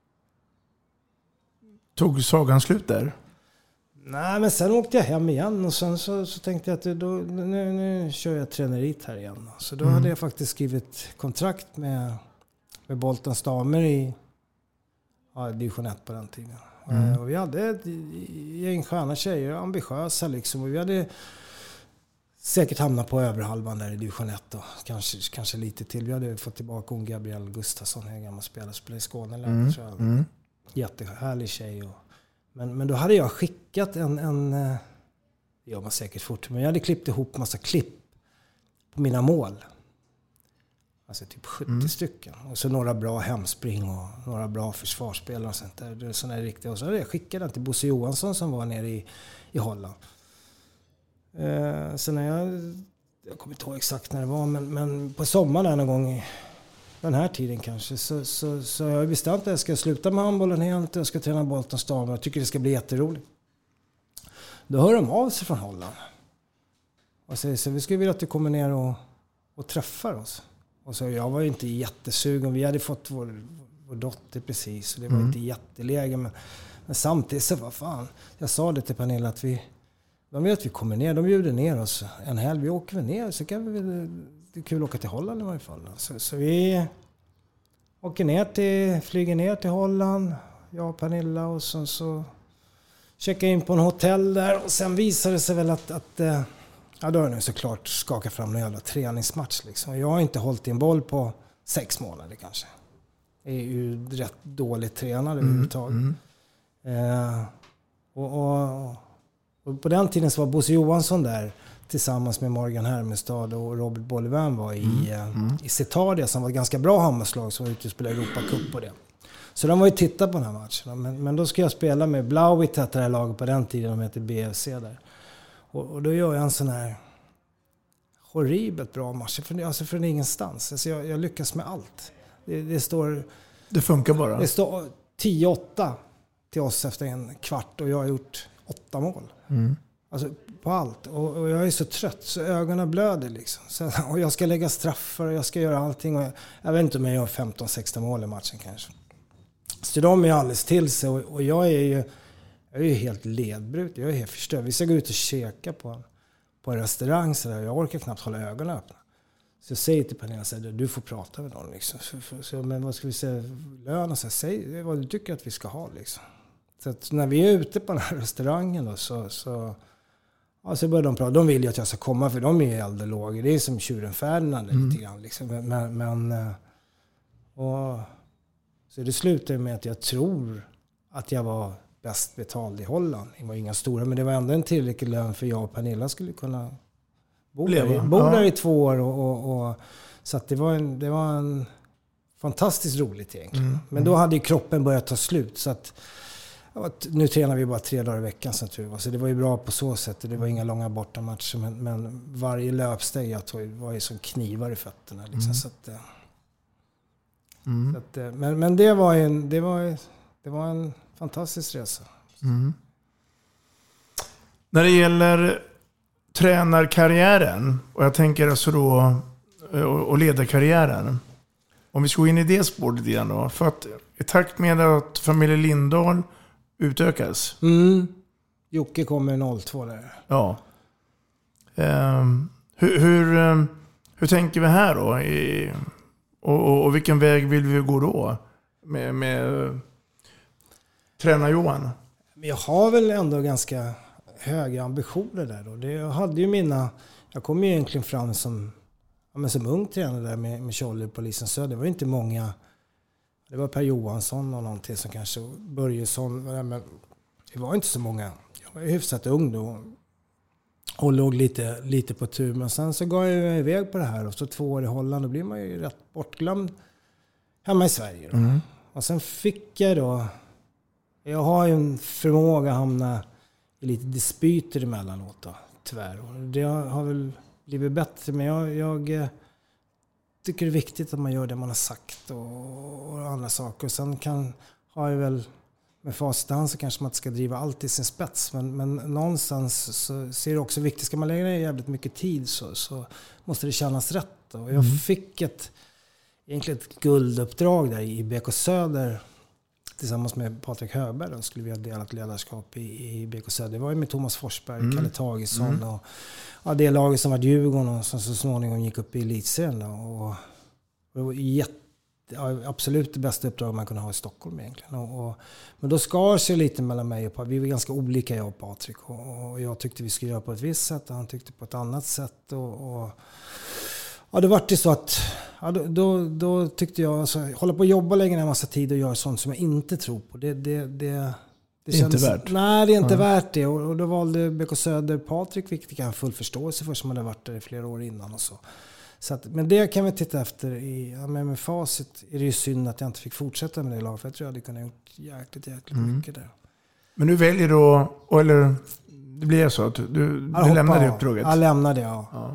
tog sagan slut där? Nej, men sen åkte jag hem igen. Och sen så tänkte jag att nu kör jag träneriet här igen. Så då hade jag faktiskt skrivit kontrakt med Boltons damer i division 1 på den tiden. Och vi hade ett gäng sköna tjejer, ambitiösa liksom. Och vi hade säkert hamnat på överhalvan där i division 1 då. Kanske lite till. Vi hade fått tillbaka Gabriel Gustafsson, en gammal spelare i Skåne. Tror jag. Jättehärlig tjej. Men då hade jag skickat en det gör man säkert fort, men jag hade klippt ihop massa klipp på mina mål. Alltså typ 70 stycken. Och så några bra hemspring och några bra försvarsspelare och sånt där. Det är såna riktiga. Och så hade jag skickat den till Bosse Johansson som var nere i Holland. Så när jag kommer inte ihåg exakt när det var, men på sommaren någon gång den här tiden kanske så jag har bestämt att jag ska sluta med handbollen helt och jag ska träna Boltons damer. Jag tycker det ska bli jätteroligt. Då hör de av sig från Holland. Och säger så vi skulle vilja att du kommer ner och träffar oss. Och så jag var ju inte jättesugen. Vi hade fått vår dotter precis. Och det var inte jätteläge. Men samtidigt så vad fan. Jag sa det till Pernilla att de vill att vi kommer ner. De bjuder ner oss en helg. Vi åker väl ner. Så kan vi väl, det är kul att åka till Holland i varje fall. Så vi flyger ner till Holland. Jag och Pernilla. Och så checkar in på en hotell där. Och sen visade det sig väl att då har jag nu såklart skakat fram en jävla träningsmatch. Liksom. Jag har inte hållit i en boll på 6 månader kanske. Jag är ju rätt dåligt tränad överhuvudtaget. Och på den tiden så var Bosse Johansson där tillsammans med Morgan Hermestad och Robert Bolivin var i Cetadia som var ett ganska bra handbollslag som var ute och spelade Europa Cup på det. Så de var ju titta på den här matchen. Men då ska jag spela med Blauvitt, hette det här laget på den tiden, de heter BFC där. Och då gör jag en sån här horribelt bra match från ingenstans. Alltså jag lyckas med allt. Det funkar bara. Det står 10-8 till oss efter en kvart och jag har gjort 8 mål. Alltså på allt. Och jag är så trött så ögonen blöder liksom. Och jag ska lägga straffar och jag ska göra allting. Och jag vet inte om jag gör 15-16 mål i matchen kanske. Så de är alldeles till sig och jag är ju helt ledbrut. Jag är helt förstörd. Vi ska gå ut och käka på en restaurang så där. Jag orkar knappt hålla ögonen öppna. Så jag säger till Pernilla så här, du får prata med någon liksom. Men vad ska vi säga? Lön och så här, säg vad du tycker att vi ska ha liksom. Så att när vi är ute på den här restaurangen då, så börjar de prata. De vill ju att jag ska komma för de är ju eldlågor. Det är som tjuren Ferdinand lite grann liksom. Så det slutar med att jag tror att jag var bäst betald i Holland. Det var inga stora, men det var ändå en tillräcklig lön för jag och Pernilla skulle kunna bo där i 2 år. Och så att det var en fantastiskt roligt egentligen. Men då hade ju kroppen börjat ta slut. Så att nu tränar vi bara 3 dagar i veckan som tur var. Så det var ju bra på så sätt. Det var inga långa bortamatcher. Men varje löpsteg jag tog var ju som knivar i fötterna. Liksom. Så att, men det var en fantastisk resa. När det gäller tränarkarriären och jag tänker alltså då och ledarkarriären. Om vi ska gå in i det spåret igen då. För att i takt med att familjen Lindahl utökas. Jocke kommer 02 där. Ja. Hur tänker vi här då? Och vilken väg vill vi gå då? Med tränar Johan? Jag har väl ändå ganska höga ambitioner där då. Jag hade ju jag kom ju egentligen fram som ung tränare där med Tjolle på Lisen Söder. Det var inte många. Det var Per Johansson och någonting som kanske Börjesson. Men det var inte så många. Jag var hyfsat ung då. Och låg lite på tur. Men sen så gav jag iväg på det här. Och så 2 år i Holland. Då blir man ju rätt bortglömd hemma i Sverige då. Och sen fick jag då. Jag har ju en förmåga att hamna i lite dispyter emellanåt då. Tyvärr. Och det har väl blivit bättre. Men tycker det är viktigt att man gör det man har sagt och andra saker. Och sen har jag väl med facit i hand så kanske man inte ska driva allt i sin spets. Men någonstans så ser det också viktigt. Ska man lägga ner jävligt mycket tid så måste det kännas rätt. Och jag fick egentligen ett gulduppdrag där i BK Söder tillsammans med Patrik Högberg. Då skulle vi ha delat ledarskap i BK Söder. Det var ju med Thomas Forsberg, Kalle Tagesson och det laget som var Djurgården och som så småningom gick upp i elitserien. Och det var absolut det bästa uppdrag man kunde ha i Stockholm egentligen. Men då skar sig lite mellan mig och Patrik. Vi var ganska olika, jag och Patrik. Och jag tyckte vi skulle göra på ett visst sätt och han tyckte på ett annat sätt. Det var det så att då tyckte jag alltså, hålla på och jobba längre en massa tid och göra sånt som jag inte tror på. Det känns inte värt. Nej, det är inte värt det. Och då valde BK Söder Patrik, vilket jag har full förståelse för som hade varit där i flera år innan och så. Så att, men det kan vi titta efter med facit. Är det ju synd att jag inte fick fortsätta med det laget, för jag tror jag hade kunnat gjort jäkligt mycket där. Men nu väljer du eller det blir så att du lämnar det uppdraget? Jag lämnade det, ja.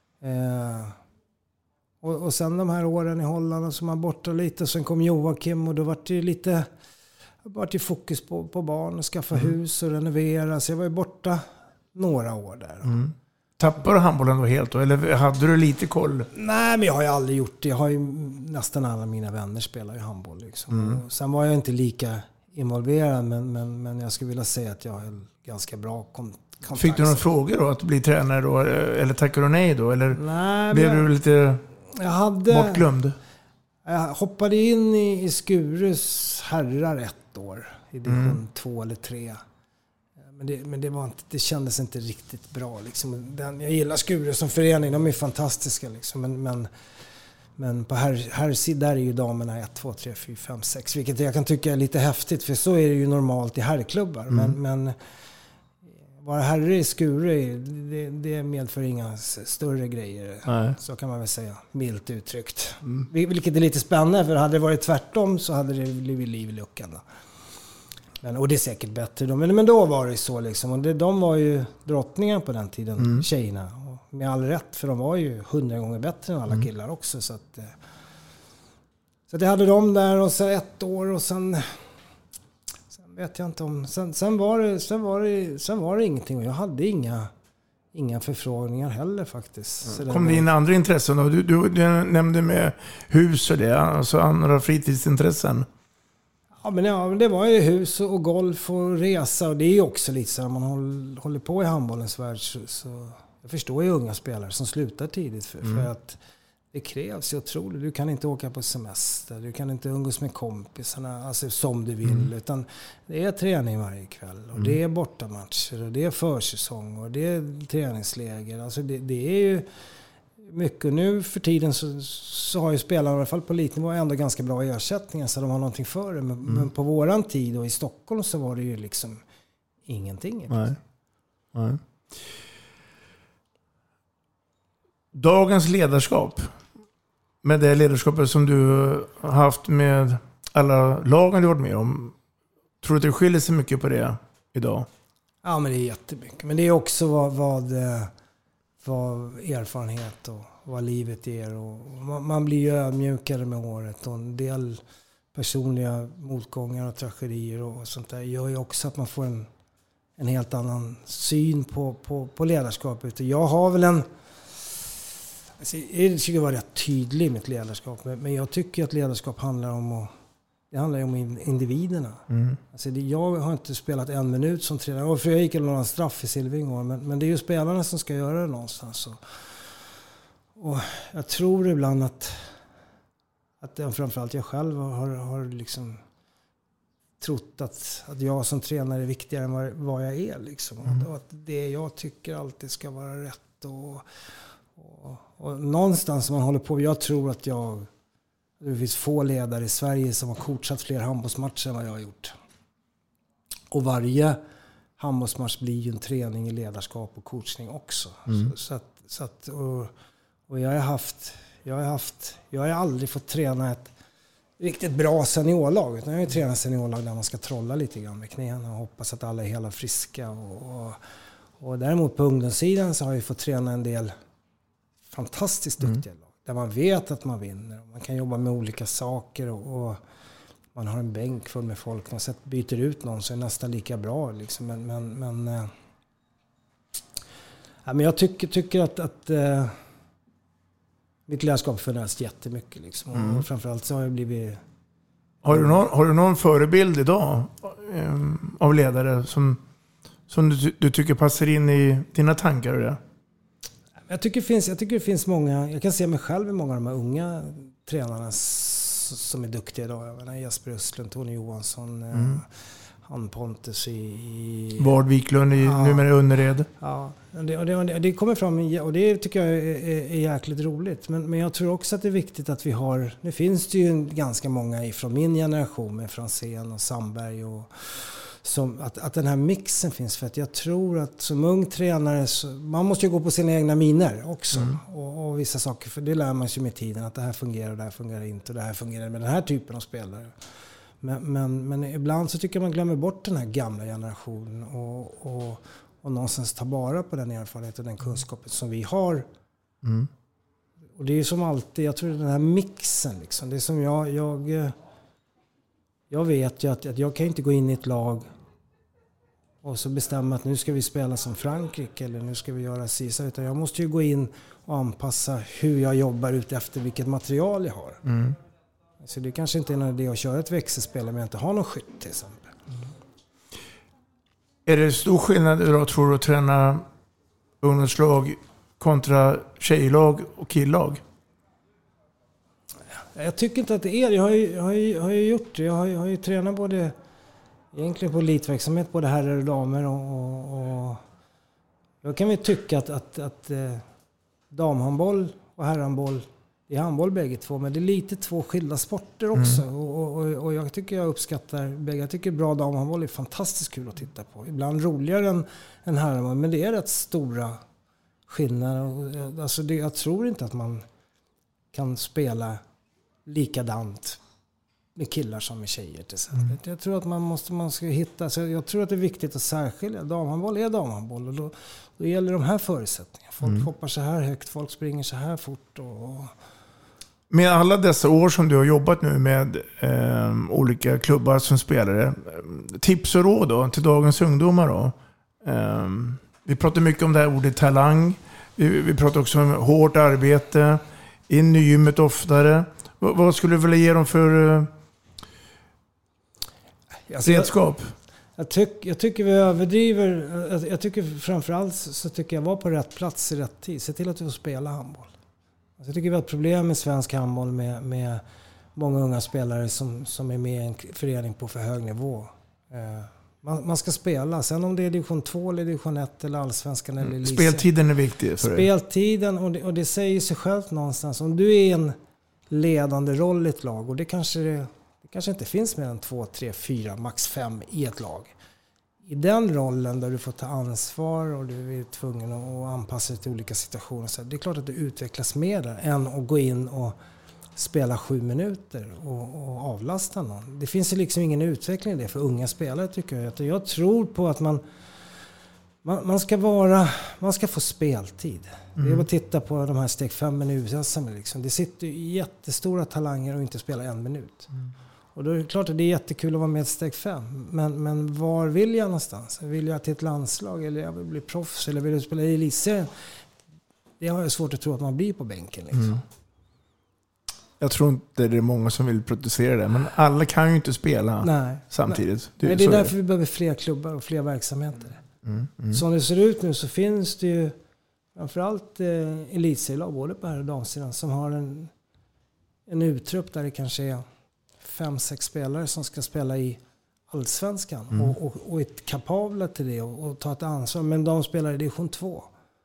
Och sen de här åren i Holland så man borta lite. Och sen kom Joakim och då var det lite fokus på barn och skaffa hus och renovera. Så jag var ju borta några år där. Tappade du handbollen då helt då? Eller hade du lite koll? Nej, men jag har ju aldrig gjort det. Jag har ju nästan alla mina vänner spelar ju handboll. Liksom. Sen var jag inte lika involverad, men jag skulle vilja säga att jag har ganska bra kontakt. Fick du några frågor då att bli tränare då? Eller tackade du nej då? Eller nej, blev du lite bortglömd? Jag hoppade in i Skures herrar 1 år. I division 2 eller 3. Men det var inte, det kändes inte riktigt bra. Liksom. Jag gillar Skure som förening. De är fantastiska. Liksom. Men på herrsidan är ju damerna 1, 2, 3, 4, 5, 6. Vilket jag kan tycka är lite häftigt. För så är det ju normalt i herrklubbar. Men vara herre i Skure, det medför inga större grejer. Nej. Så kan man väl säga. Milt uttryckt. Vilket är lite spännande. För hade det varit tvärtom så hade det blivit liv i luckan. Och det är säkert bättre då. Men då var det så liksom. Och de var ju drottningar på den tiden, tjejerna. Och med all rätt, för de var ju 100 gånger bättre än alla killar också. Så jag hade dem där och så 1 år och sen vet jag inte om... Sen var det ingenting. Och jag hade inga förfrågningar heller faktiskt. Kom det in andra intressen då? Du nämnde med hus och det, alltså andra fritidsintressen. Ja, men det var ju hus och golf och resa. Och det är ju också lite så när man håller på i handbollens värld. Så jag förstår ju unga spelare som slutar tidigt. För att det krävs ju otroligt. Du kan inte åka på semester. Du kan inte umgås med kompisarna alltså som du vill. Utan det är träning varje kväll. Och det är bortamatcher. Och det är försäsong. Och det är träningsläger. Alltså det är ju mycket. Nu för tiden så har ju spelarna i alla fall på elitnivå ändå ganska bra ersättningar så de har någonting för det. Men på våran tid och i Stockholm så var det ju liksom ingenting. Nej. Dagens ledarskap, med det ledarskapet som du har haft med alla lagen du varit med om, tror du att det skiljer sig mycket på det idag? Ja, men det är jättemycket. Men det är också vad erfarenhet och vad livet ger. Och man blir ju ödmjukare med året och en del personliga motgångar och tragedier och sånt där gör ju också att man får en helt annan syn på ledarskapet. Jag har väl jag försöker vara rätt tydlig i mitt ledarskap, men jag tycker att ledarskap handlar om individerna. Alltså jag har inte spelat 1 minut som tränare. Och för jag gick några straff i Silving, men det är ju spelarna som ska göra det någonstans. Och jag tror ibland att framförallt jag själv har liksom trott att jag som tränare är viktigare än vad jag är. Liksom. Och att det jag tycker alltid ska vara rätt. Och någonstans som man håller på. Jag tror att det finns få ledare i Sverige som har coachat fler handbollsmatcher än vad jag har gjort. Och varje handbollsmatch blir ju en träning i ledarskap och coachning också. Och jag har aldrig fått träna ett riktigt bra seniorlag. Utan jag har ju tränat seniorlag där man ska trolla lite grann med knäna och hoppas att alla är hela friska. Och däremot på ungdomssidan så har jag fått träna en del fantastiskt duktiga lag. där man vet att man vinner. Man kan jobba med olika saker och man har en bänk full med folk. Man byter ut någon så är nästan lika bra. Liksom. Men jag tycker att mitt ledarskap förändrats jättemycket. Liksom. Och framförallt så har jag blivit... Har du någon förebild idag av ledare som du tycker passar in i dina tankar? Och det? Jag tycker det finns många... Jag kan se mig själv i många av de här unga tränarna som är duktiga idag. Jag menar Jesper Östlund, Tony Johansson, han Pontus i Vard Wiklund numera i Önnered. Ja, det kommer fram och det tycker jag är jäkligt roligt. Men jag tror också att det är viktigt att vi har... Nu finns det ju ganska många ifrån min generation med Franzén och Sandberg och att den här mixen finns. För att jag tror att som ung tränare man måste ju gå på sina egna miner också. Och vissa saker, för det lär man sig med tiden att det här fungerar och det här fungerar inte och det här fungerar med den här typen av spelare. Men ibland så tycker jag man glömmer bort den här gamla generationen och någonstans ta bara på den erfarenheten och den kunskapen som vi har. Och det är som alltid, jag tror den här mixen liksom, det är som jag vet ju att jag kan inte gå in i ett lag och så bestämma att nu ska vi spela som Frankrike eller nu ska vi göra Cisa, utan jag måste ju gå in och anpassa hur jag jobbar ut efter vilket material jag har. Så det kanske inte är någon idé att köra ett växelspel om jag inte har någon skytt till exempel. Är det stor skillnad idag, tror du, att träna ungdomslag kontra tjejlag och killag? Jag tycker inte att det är. Jag har ju gjort det. Jag har ju tränat både egentligen på elitverksamhet, både herrar och damer och jag kan väl tycka att damhandboll och herrhandboll, det är handboll bägge två, men det är lite två skilda sporter också. Och jag tycker jag uppskattar bägge. Jag tycker bra damhandboll är fantastiskt kul att titta på. Ibland roligare än herrhandboll, men det är rätt stora skillnader. Alltså jag tror inte att man kan spela likadant med killar som med tjejer till exempel. Jag tror att man ska hitta, så jag tror att det är viktigt att särskilja. Damhandboll är damhandboll och då gäller de här förutsättningarna. Folk hoppar så här högt, folk springer så här fort. Med alla dessa år som du har jobbat nu med olika klubbar som spelare, tips och råd då till dagens ungdomar då? Vi pratar mycket om det här ordet talang. Vi pratar också om hårt arbete, in i gymmet oftare. Vad skulle du vilja ge dem för redskap? Jag tycker vi överdriver. Jag tycker framförallt så tycker jag var på rätt plats i rätt tid. Se till att du får spela handboll. Jag tycker vi har ett problem med svensk handboll med många unga spelare som är med i en förening på för hög nivå. Man ska spela. Sen om det är division 2 eller division 1 eller allsvenskan eller elitserien. Speltiden är viktig för dig. Speltiden och det säger sig självt någonstans. Om du är i en ledande roll i ett lag och det kanske inte finns mer än 2, 3, 4, max 5 i ett lag. I den rollen där du får ta ansvar och du är tvungen att anpassa dig till olika situationer. Så det är klart att du utvecklas mer där än att gå in och spela 7 minuter och avlasta någon. Det finns ju liksom ingen utveckling i det för unga spelare tycker jag. Jag tror på att man ska få speltid. Det är att titta på de här steg 5 minuter liksom. Det sitter ju jättestora talanger och inte spela 1 minut. Och då är det klart att det är jättekul att vara med i steg 5. Men var vill jag någonstans? Vill jag till ett landslag eller jag vill bli proffs eller vill jag spela i elitserien? Det har jag svårt att tro att man blir på bänken liksom. Jag tror inte det är många som vill protestera det, men alla kan ju inte spela samtidigt. Nej. Det är därför vi behöver fler klubbar och fler verksamheter. Som det ser ut nu så finns det ju framförallt elitserielag både på här och damsidan som har en uttrupp där det kanske är 5-6 spelare som ska spela i allsvenskan och är kapabla till det och ta ett ansvar, men de spelar i division 2.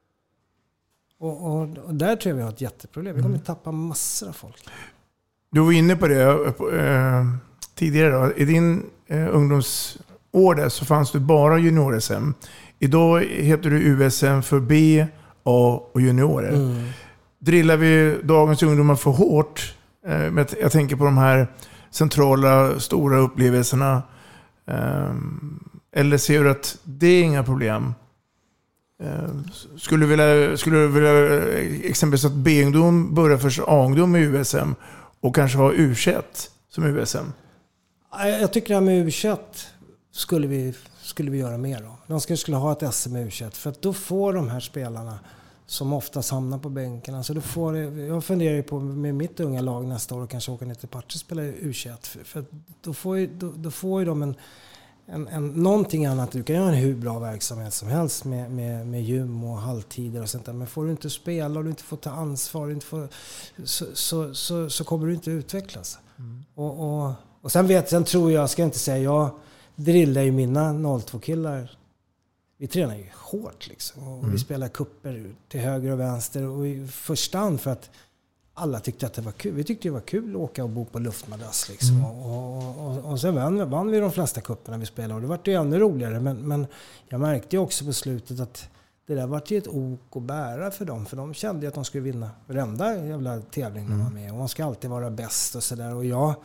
Och där tror jag vi har ett jätteproblem. Vi kommer att tappa massor av folk. Du var inne på det tidigare då. I din ungdomsår där så fanns det bara junior-SM. Idag heter du USM för B, A och juniorer. Drillar vi dagens ungdomar för hårt? Jag tänker på de här centrala, stora upplevelserna. Eller ser du att det är inga problem? Skulle du vilja exempelvis att B-ungdom börjar först A-ungdom i USM och kanske ha U21 som USM? Jag tycker det här med U21 skulle vi göra mer av. De skulle ha ett SM med U21 för att då får de här spelarna som oftast hamnar på bänken. Alltså jag funderar ju på med mitt unga lag nästa år och kanske åka ner till Partille och spela U21. För då får ju de någonting annat. Du kan göra en hur bra verksamhet som helst med gym och halvtider och sånt där. Men får du inte spela och du inte får ta ansvar inte får, så kommer du inte utvecklas. Och sen tror jag ska inte säga, jag drillar ju mina 02-killar. Vi tränar ju hårt liksom. Och vi spelar kupper till höger och vänster. Och i första hand för att alla tyckte att det var kul. Vi tyckte det var kul att åka och bo på luftmadrass liksom. Och sen vann vi de flesta kupperna vi spelade. Och det var ju ännu roligare. Men jag märkte ju också på slutet att det där var ju ett ok att bära för dem. För de kände ju att de skulle vinna varenda jävla tävling de var med. Och de ska alltid vara bäst och sådär. Och jag...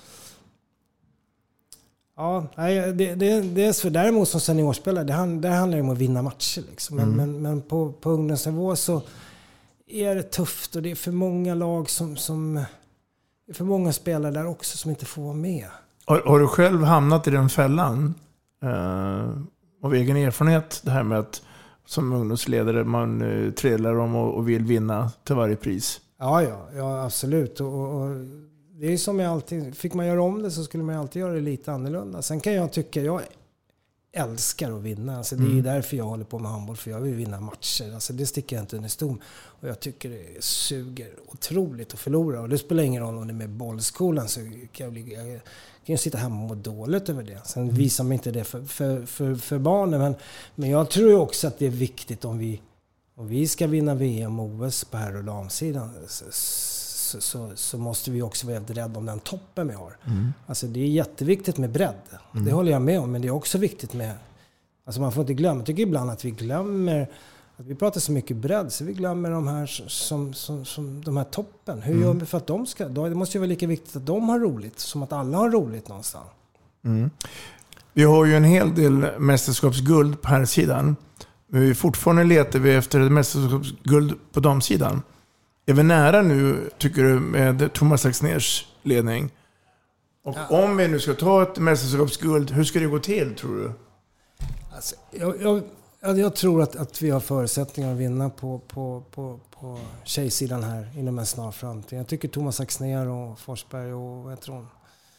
Ja, det är för däremot som seniorspelare, det handlar ju om att vinna matcher liksom. Men på ungdomsnivå så är det tufft och det är för många lag som det är för många spelare där också som inte får vara med. Har du själv hamnat i den fällan av egen erfarenhet, det här med att som ungdomsledare man trälar om och vill vinna till varje pris? Ja, absolut. Och det är som jag alltid, fick man göra om det så skulle man alltid göra det lite annorlunda. Sen kan jag tycka, jag älskar att vinna. Alltså det är därför jag håller på med handboll, för jag vill vinna matcher. Alltså det sticker jag inte under stol. Och jag tycker det suger otroligt att förlora. Och det spelar ingen roll om det är med bollskolan, så kan jag sitta hemma och må dåligt över det. Sen visar man inte det för barnen. Men jag tror också att det är viktigt om vi ska vinna VM och OS på här och damsidan, så måste vi också vara rädda om den toppen vi har. Alltså det är jätteviktigt med bredd. Det håller jag med om, men det är också viktigt med... Alltså man får inte glömma. Jag tycker ibland att vi glömmer... Att vi pratar så mycket bredd så vi glömmer de här som de här toppen. Hur gör vi för att de ska... Det måste ju vara lika viktigt att de har roligt som att alla har roligt någonstans. Vi har ju en hel del mästerskapsguld på här sidan. Men fortfarande letar vi efter ett mästerskapsguld på damsidan. Är vi nära nu, tycker du, med Thomas Axnérs ledning? Och om vi nu ska ta ett mästerskapsguld, hur ska det gå till, tror du? Alltså, jag tror att vi har förutsättningar att vinna på tjejsidan här inom en snar framtid. Jag tycker Thomas Axnér och Forsberg och jag tror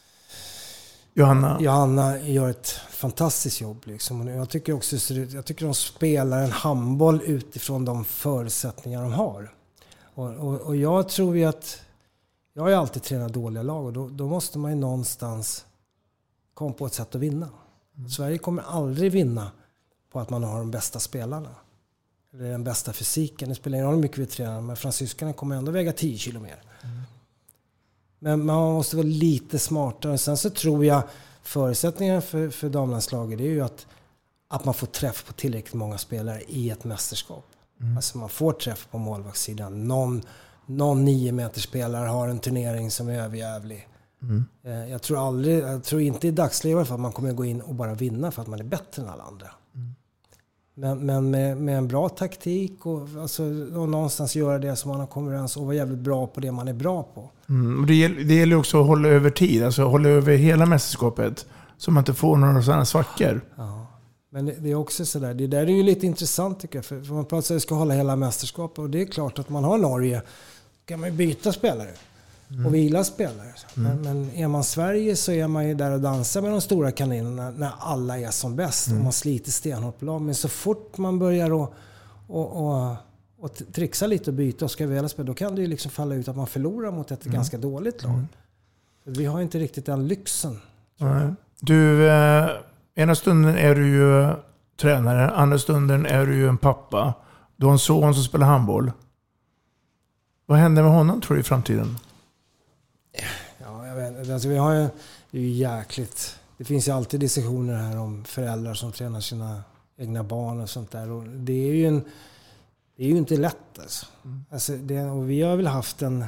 Johanna gör ett fantastiskt jobb liksom. Jag tycker också de spelar en handboll utifrån de förutsättningar de har. Och jag tror ju att jag har alltid tränat dåliga lag och då måste man ju någonstans komma på ett sätt att vinna. Sverige kommer aldrig vinna på att man har de bästa spelarna eller den bästa fysiken. Det spelar ingen roll hur mycket vi tränar, men fransyskarna kommer ändå väga 10 kilo mer. Men man måste vara lite smartare. Sen så tror jag förutsättningarna för damlandslaget är ju att man får träff på tillräckligt många spelare i ett mästerskap. Alltså man får träff på målvaktssidan. Någon 9-meterspelare har en turnering som är överjävlig. Jag tror inte i dagsläget för att man kommer gå in och bara vinna för att man är bättre än alla andra. Men med en bra taktik och någonstans göra det som man har kommit överens och vara jävligt bra på det man är bra på. Det gäller också att hålla över tid, alltså hålla över hela mästerskapet så man inte får några sådana svackor. Ja. Men det är också sådär, det där är ju lite intressant tycker jag, för man pratar om att vi ska hålla hela mästerskapet och det är klart att man har Norge, kan man ju byta spelare och vila spelare. Men är man Sverige så är man ju där och dansar med de stora kaninerna när alla är som bäst och man sliter stenhårt på lag. Men så fort man börjar och trixa lite och byta och ska väl spela, då kan det ju liksom falla ut att man förlorar mot ett ganska dåligt lag. Vi har inte riktigt den lyxen. Du, ena stunden är du ju tränare, andra stunden är du ju en pappa. Du har en son som spelar handboll. Vad händer med honom, tror du, i framtiden? Ja, jag vet inte. Alltså, det är ju jäkligt. Det finns ju alltid diskussioner här om föräldrar som tränar sina egna barn och sånt där. Och det är ju inte lätt alltså. Och vi har väl haft en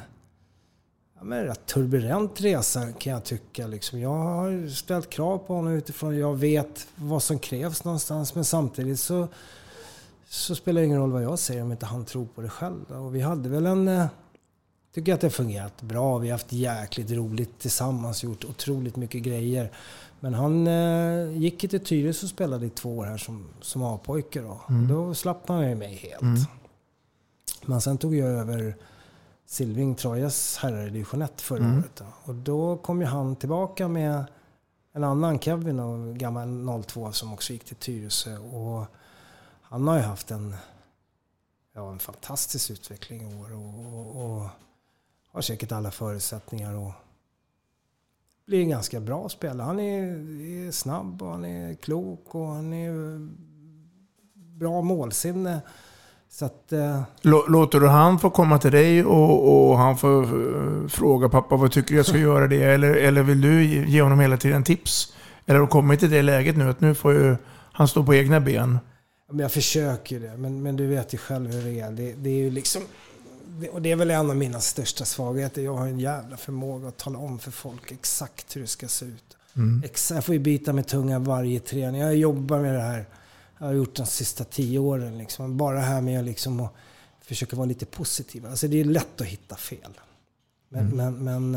rätt turbulent resa kan jag tycka. Liksom. Jag har ställt krav på honom utifrån jag vet vad som krävs någonstans. Men samtidigt så spelar det ingen roll vad jag säger om inte han tror på det själv. Och vi hade väl tycker att det har fungerat bra. Vi har haft jäkligt roligt tillsammans, gjort otroligt mycket grejer. Men han gick till Tyresö och spelade i 2 år här som A-pojke då. Då slappnade han ju mig helt. Men sen tog jag över Silving Trojas herrar i division 1 förra året. Då. Och då kom ju han tillbaka med en annan Kevin och gammal 02 som också gick till Tyresö. Och han har ju haft en fantastisk utveckling i år och har säkert alla förutsättningar och blir en ganska bra spelare. Han är snabb och han är klok och han är bra målsinne. Så att, låter du han få komma till dig och han får fråga pappa vad tycker jag ska göra det? Eller vill du ge honom hela tiden tips? Eller har du kommit till det läget nu att nu får ju han stå på egna ben? Jag försöker det, men du vet ju själv hur det är. Det är ju liksom, och det är väl en av mina största svagheter. Jag har en jävla förmåga att tala om för folk exakt hur det ska se ut. Jag får ju bita med tungan varje träning. Jag jobbar med det här. Jag har gjort de sista 10 åren. Liksom. Bara här med liksom att försöka vara lite positiv. Alltså det är lätt att hitta fel. Men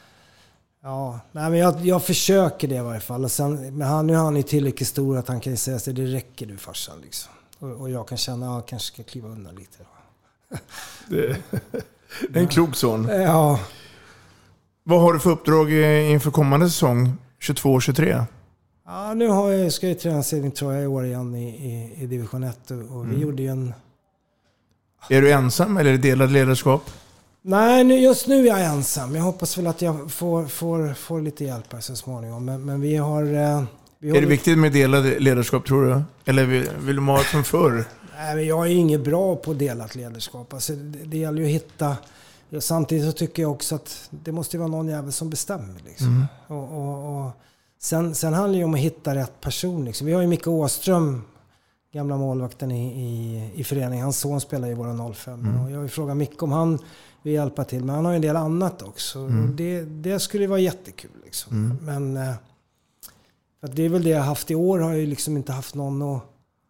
jag försöker det i varje fall. Och sen, men nu har han ju tillräckligt stor att han kan säga att det räcker du farsan. Liksom. Och jag kan känna att jag kanske ska kliva undan lite. Det är en klok son. Ja. Vad har du för uppdrag inför kommande säsong 22-23? Ja, nu ska jag träna Silving Troja i år igen i division 1 och vi gjorde ju en... Är du ensam eller är det delad ledarskap? Nej, just nu är jag ensam. Jag hoppas väl att jag får lite hjälp här så småningom. Men vi har... är det viktigt med delad ledarskap tror du? Eller vill du ha som förr? Nej, men jag är inget bra på delat ledarskap. Alltså, det gäller ju att hitta... Samtidigt så tycker jag också att det måste vara någon jävel som bestämmer. Liksom. Och sen handlar det ju om att hitta rätt person. Liksom. Vi har ju Micke Åström, gamla målvakten i föreningen. Hans son spelar i våra 05. Och jag vill fråga Micke om han vill hjälpa till. Men han har ju en del annat också. Och det skulle vara jättekul. Liksom. Men för det är väl det jag haft i år. Har jag ju liksom inte haft någon att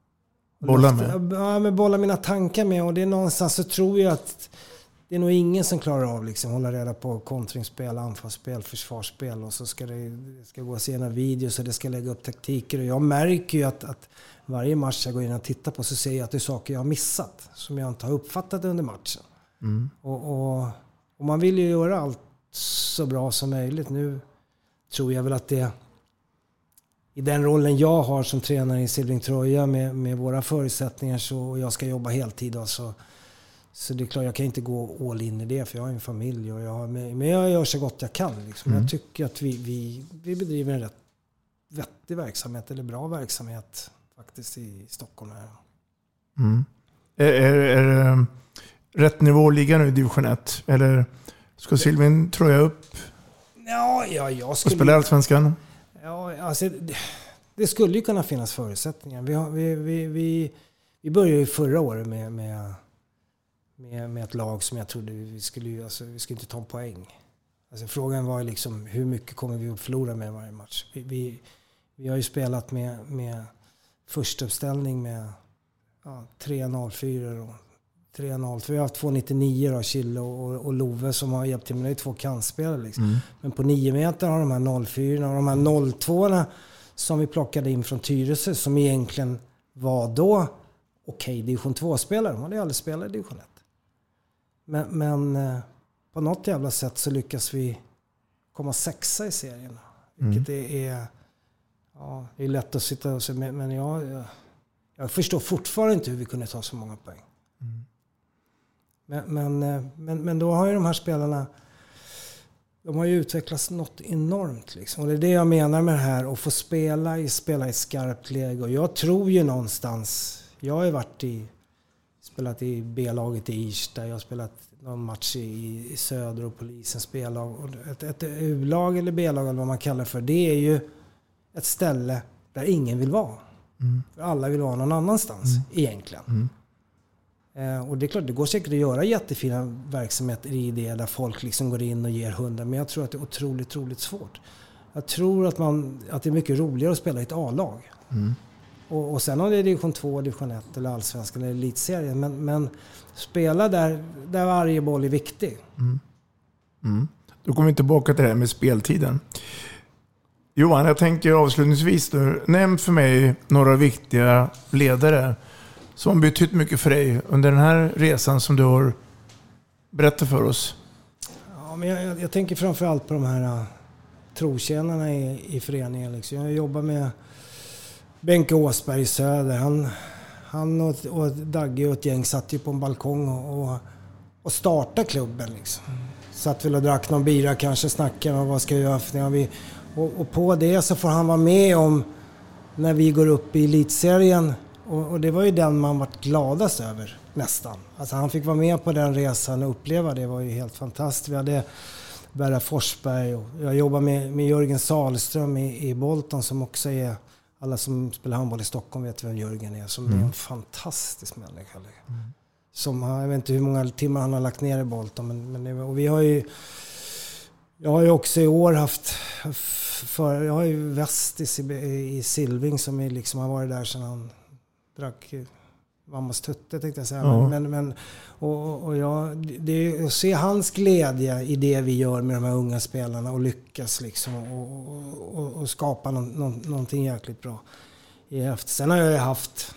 bolla mina tankar med. Och det är någonstans så tror jag att det är nog ingen som klarar av liksom hålla reda på kontringsspel, anfallsspel, försvarsspel och så ska det gå att se några videos och det ska lägga upp taktiker och jag märker ju att varje match jag går in och tittar på så ser jag att det är saker jag har missat som jag inte har uppfattat under matchen. Och man vill ju göra allt så bra som möjligt. Nu tror jag väl att det i den rollen jag har som tränare i Silving Troja med våra förutsättningar så jag ska jobba heltid alltså. Så det är klart, jag kan inte gå all in i det för jag har en familj och men jag gör så gott jag kan. Liksom. Jag tycker att vi bedriver en rätt vettig verksamhet eller bra verksamhet faktiskt i Stockholm. Här. Är rätt nivå ligga nu i division 1? Eller ska Silvin Troja upp? Ja, jag skulle... Och spela Allsvenskan? Ja, alltså det skulle ju kunna finnas förutsättningar. Vi började ju förra året med ett lag som jag trodde vi skulle inte ta en poäng. Alltså frågan var liksom hur mycket kommer vi att förlora med varje match. Vi har ju spelat med första uppställning med 3-0-4 och 3-0. Vi har haft 2-99 då, Kille och Love som har hjälpt till med det är 2 kantspelare liksom. Men på 9 meter har de här 0-4 och de här 0-2 som vi plockade in från Tyresö som egentligen var då division 2-spelare. De hade aldrig spelat i division 1. Men på något jävla sätt så lyckas vi komma 6 i serien. Vilket är lätt att sitta och se. Men jag förstår fortfarande inte hur vi kunde ta så många poäng. Men då har ju de här spelarna de har ju utvecklats något enormt liksom. Och det är det jag menar med det här att få spela i skarpt läge. Och jag tror ju någonstans jag har spelat i B-laget i Irsta. Jag har spelat någon match i Söder och polisens B-lag. Ett U-lag eller B-lag eller vad man kallar för. Det är ju ett ställe där ingen vill vara. För alla vill vara någon annanstans egentligen. Och det är klart, det går säkert att göra jättefina verksamheter i det där folk liksom går in och ger 100. Men jag tror att det är otroligt svårt. Jag tror att det är mycket roligare att spela i ett A-lag. Och sen om det är division 2, division 1 eller allsvenskan eller elitserien. Men spela där varje boll är viktig. Då kommer vi tillbaka till det här med speltiden. Johan, jag tänker avslutningsvis nu. Nämn för mig några viktiga ledare som har betytt mycket för dig under den här resan som du har berättat för oss. Ja, men jag tänker framförallt på de här trotjänarna i föreningen. Liksom. Jag jobbar med Benke Åsberg i Söder. Han och Dagge och ett gäng satt ju på en balkong och startade klubben. Liksom. Satt väl och drack någon bira, kanske snackade om vad ska jag göra för och på det så får han vara med om när vi går upp i elitserien. Och det var ju den man varit gladast över nästan. Alltså han fick vara med på den resan och uppleva det. Var ju helt fantastiskt. Vi hade Berra Forsberg och jag jobbar med Jörgen Salström i Bolton som också är, alla som spelar handboll i Stockholm vet vem Jörgen är, som är en fantastisk människa. Som jag vet inte hur många timmar han har lagt ner i Bolton, och vi har ju, jag har ju också i år haft jag har ju Vestis i Silving som är liksom har varit där sedan han drack mammas tutte tänkte jag säga. Men det att se hans glädje i det vi gör med de här unga spelarna och lyckas liksom och skapa någonting jäkligt bra i efter. Sen har jag ju haft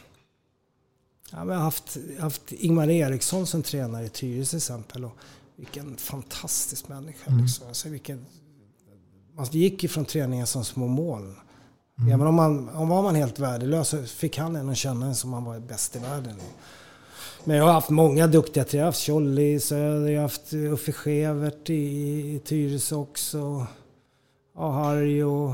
Ingmar Eriksson som tränare i Tyresö till exempel, och vilken fantastisk människa liksom. Alltså man gick ifrån träningen som små mål. Även om var man helt värdelös så fick han ändå känna en som han var bäst i världen. Men jag har haft många duktiga tränare. Jag har haft Tjolle i Söder, jag har haft Uffe Schevert i Tyresö också. Och Harry och...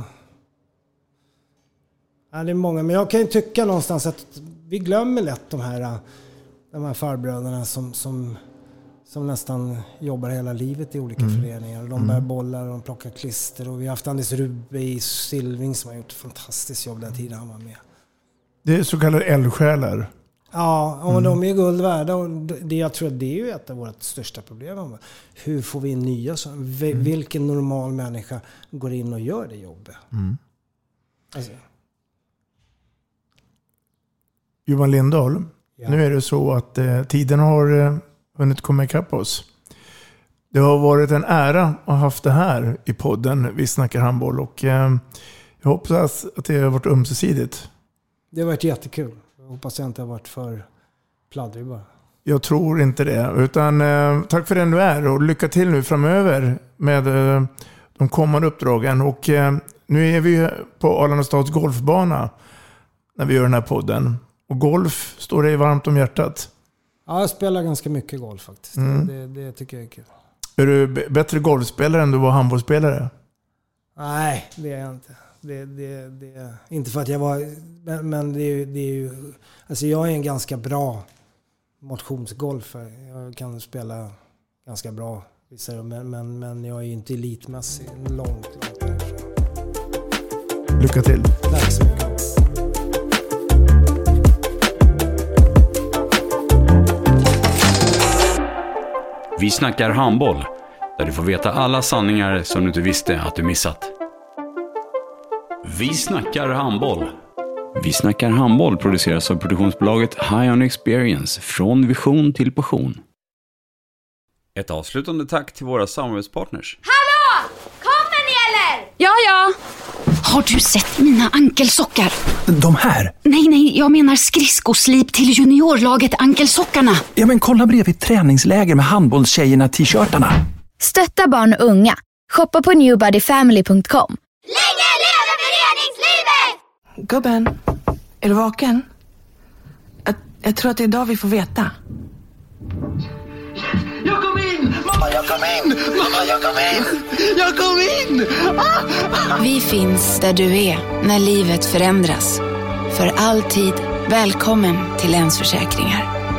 Ja, det är många. Men jag kan ju tycka någonstans att vi glömmer lätt de här farbröderna som nästan jobbar hela livet i olika föreningar. De bär bollar och de plockar klister. Och vi har haft Anders Rubbe i Silving som har gjort ett fantastiskt jobb den tiden han var med. Det är så kallade eldsjälar. Ja, och de är guld värda. Och jag tror att det är ju ett av våra största problem. Hur får vi in nya? Vilken normal människa går in och gör det jobbet? Alltså. Johan Lindahl, nu är det så att tiden har hunnit komma ikapp oss. Det har varit en ära att ha haft det här i podden Vi snackar handboll, och jag hoppas att det har varit ömsesidigt. Det har varit jättekul. Jag hoppas jag inte har varit för pladdrig bara. Jag tror inte det, utan tack för den du är och lycka till nu framöver med de kommande uppdragen. Och nu är vi på Arlandastads golfbana när vi gör den här podden. Och golf står dig varmt om hjärtat. Ja, jag spelar ganska mycket golf faktiskt. Det tycker jag är kul. Är du bättre golfspelare än du var handbollsspelare? Nej, det är jag inte. Det inte för att jag var... Men det är ju... Alltså jag är en ganska bra motionsgolfare. Jag kan spela ganska bra, men jag är ju inte elitmässig. Långt. Lycka till. Tack så mycket. Vi snackar handboll, där du får veta alla sanningar som du inte visste att du missat. Vi snackar handboll. Vi snackar handboll produceras av produktionsbolaget High On Experience, från vision till passion. Ett avslutande tack till våra samarbetspartners. Hallå! Kommer ni eller? Ja. Har du sett mina ankelsockar? De här? Nej, jag menar skridskoslip till juniorlaget Ankelsockarna. Ja, men kolla bredvid träningsläger med handbollstjejerna t-shirtarna. Stötta barn och unga. Shoppa på newbodyfamily.com. Länge leve föreningslivet! Gubben, är du vaken? Jag tror att det är idag vi får veta. Jag kom in! Mamma, jag kom in! Mamma, jag kom in! Jag kom in! Vi finns där du är när livet förändras. För alltid välkommen till Länsförsäkringar.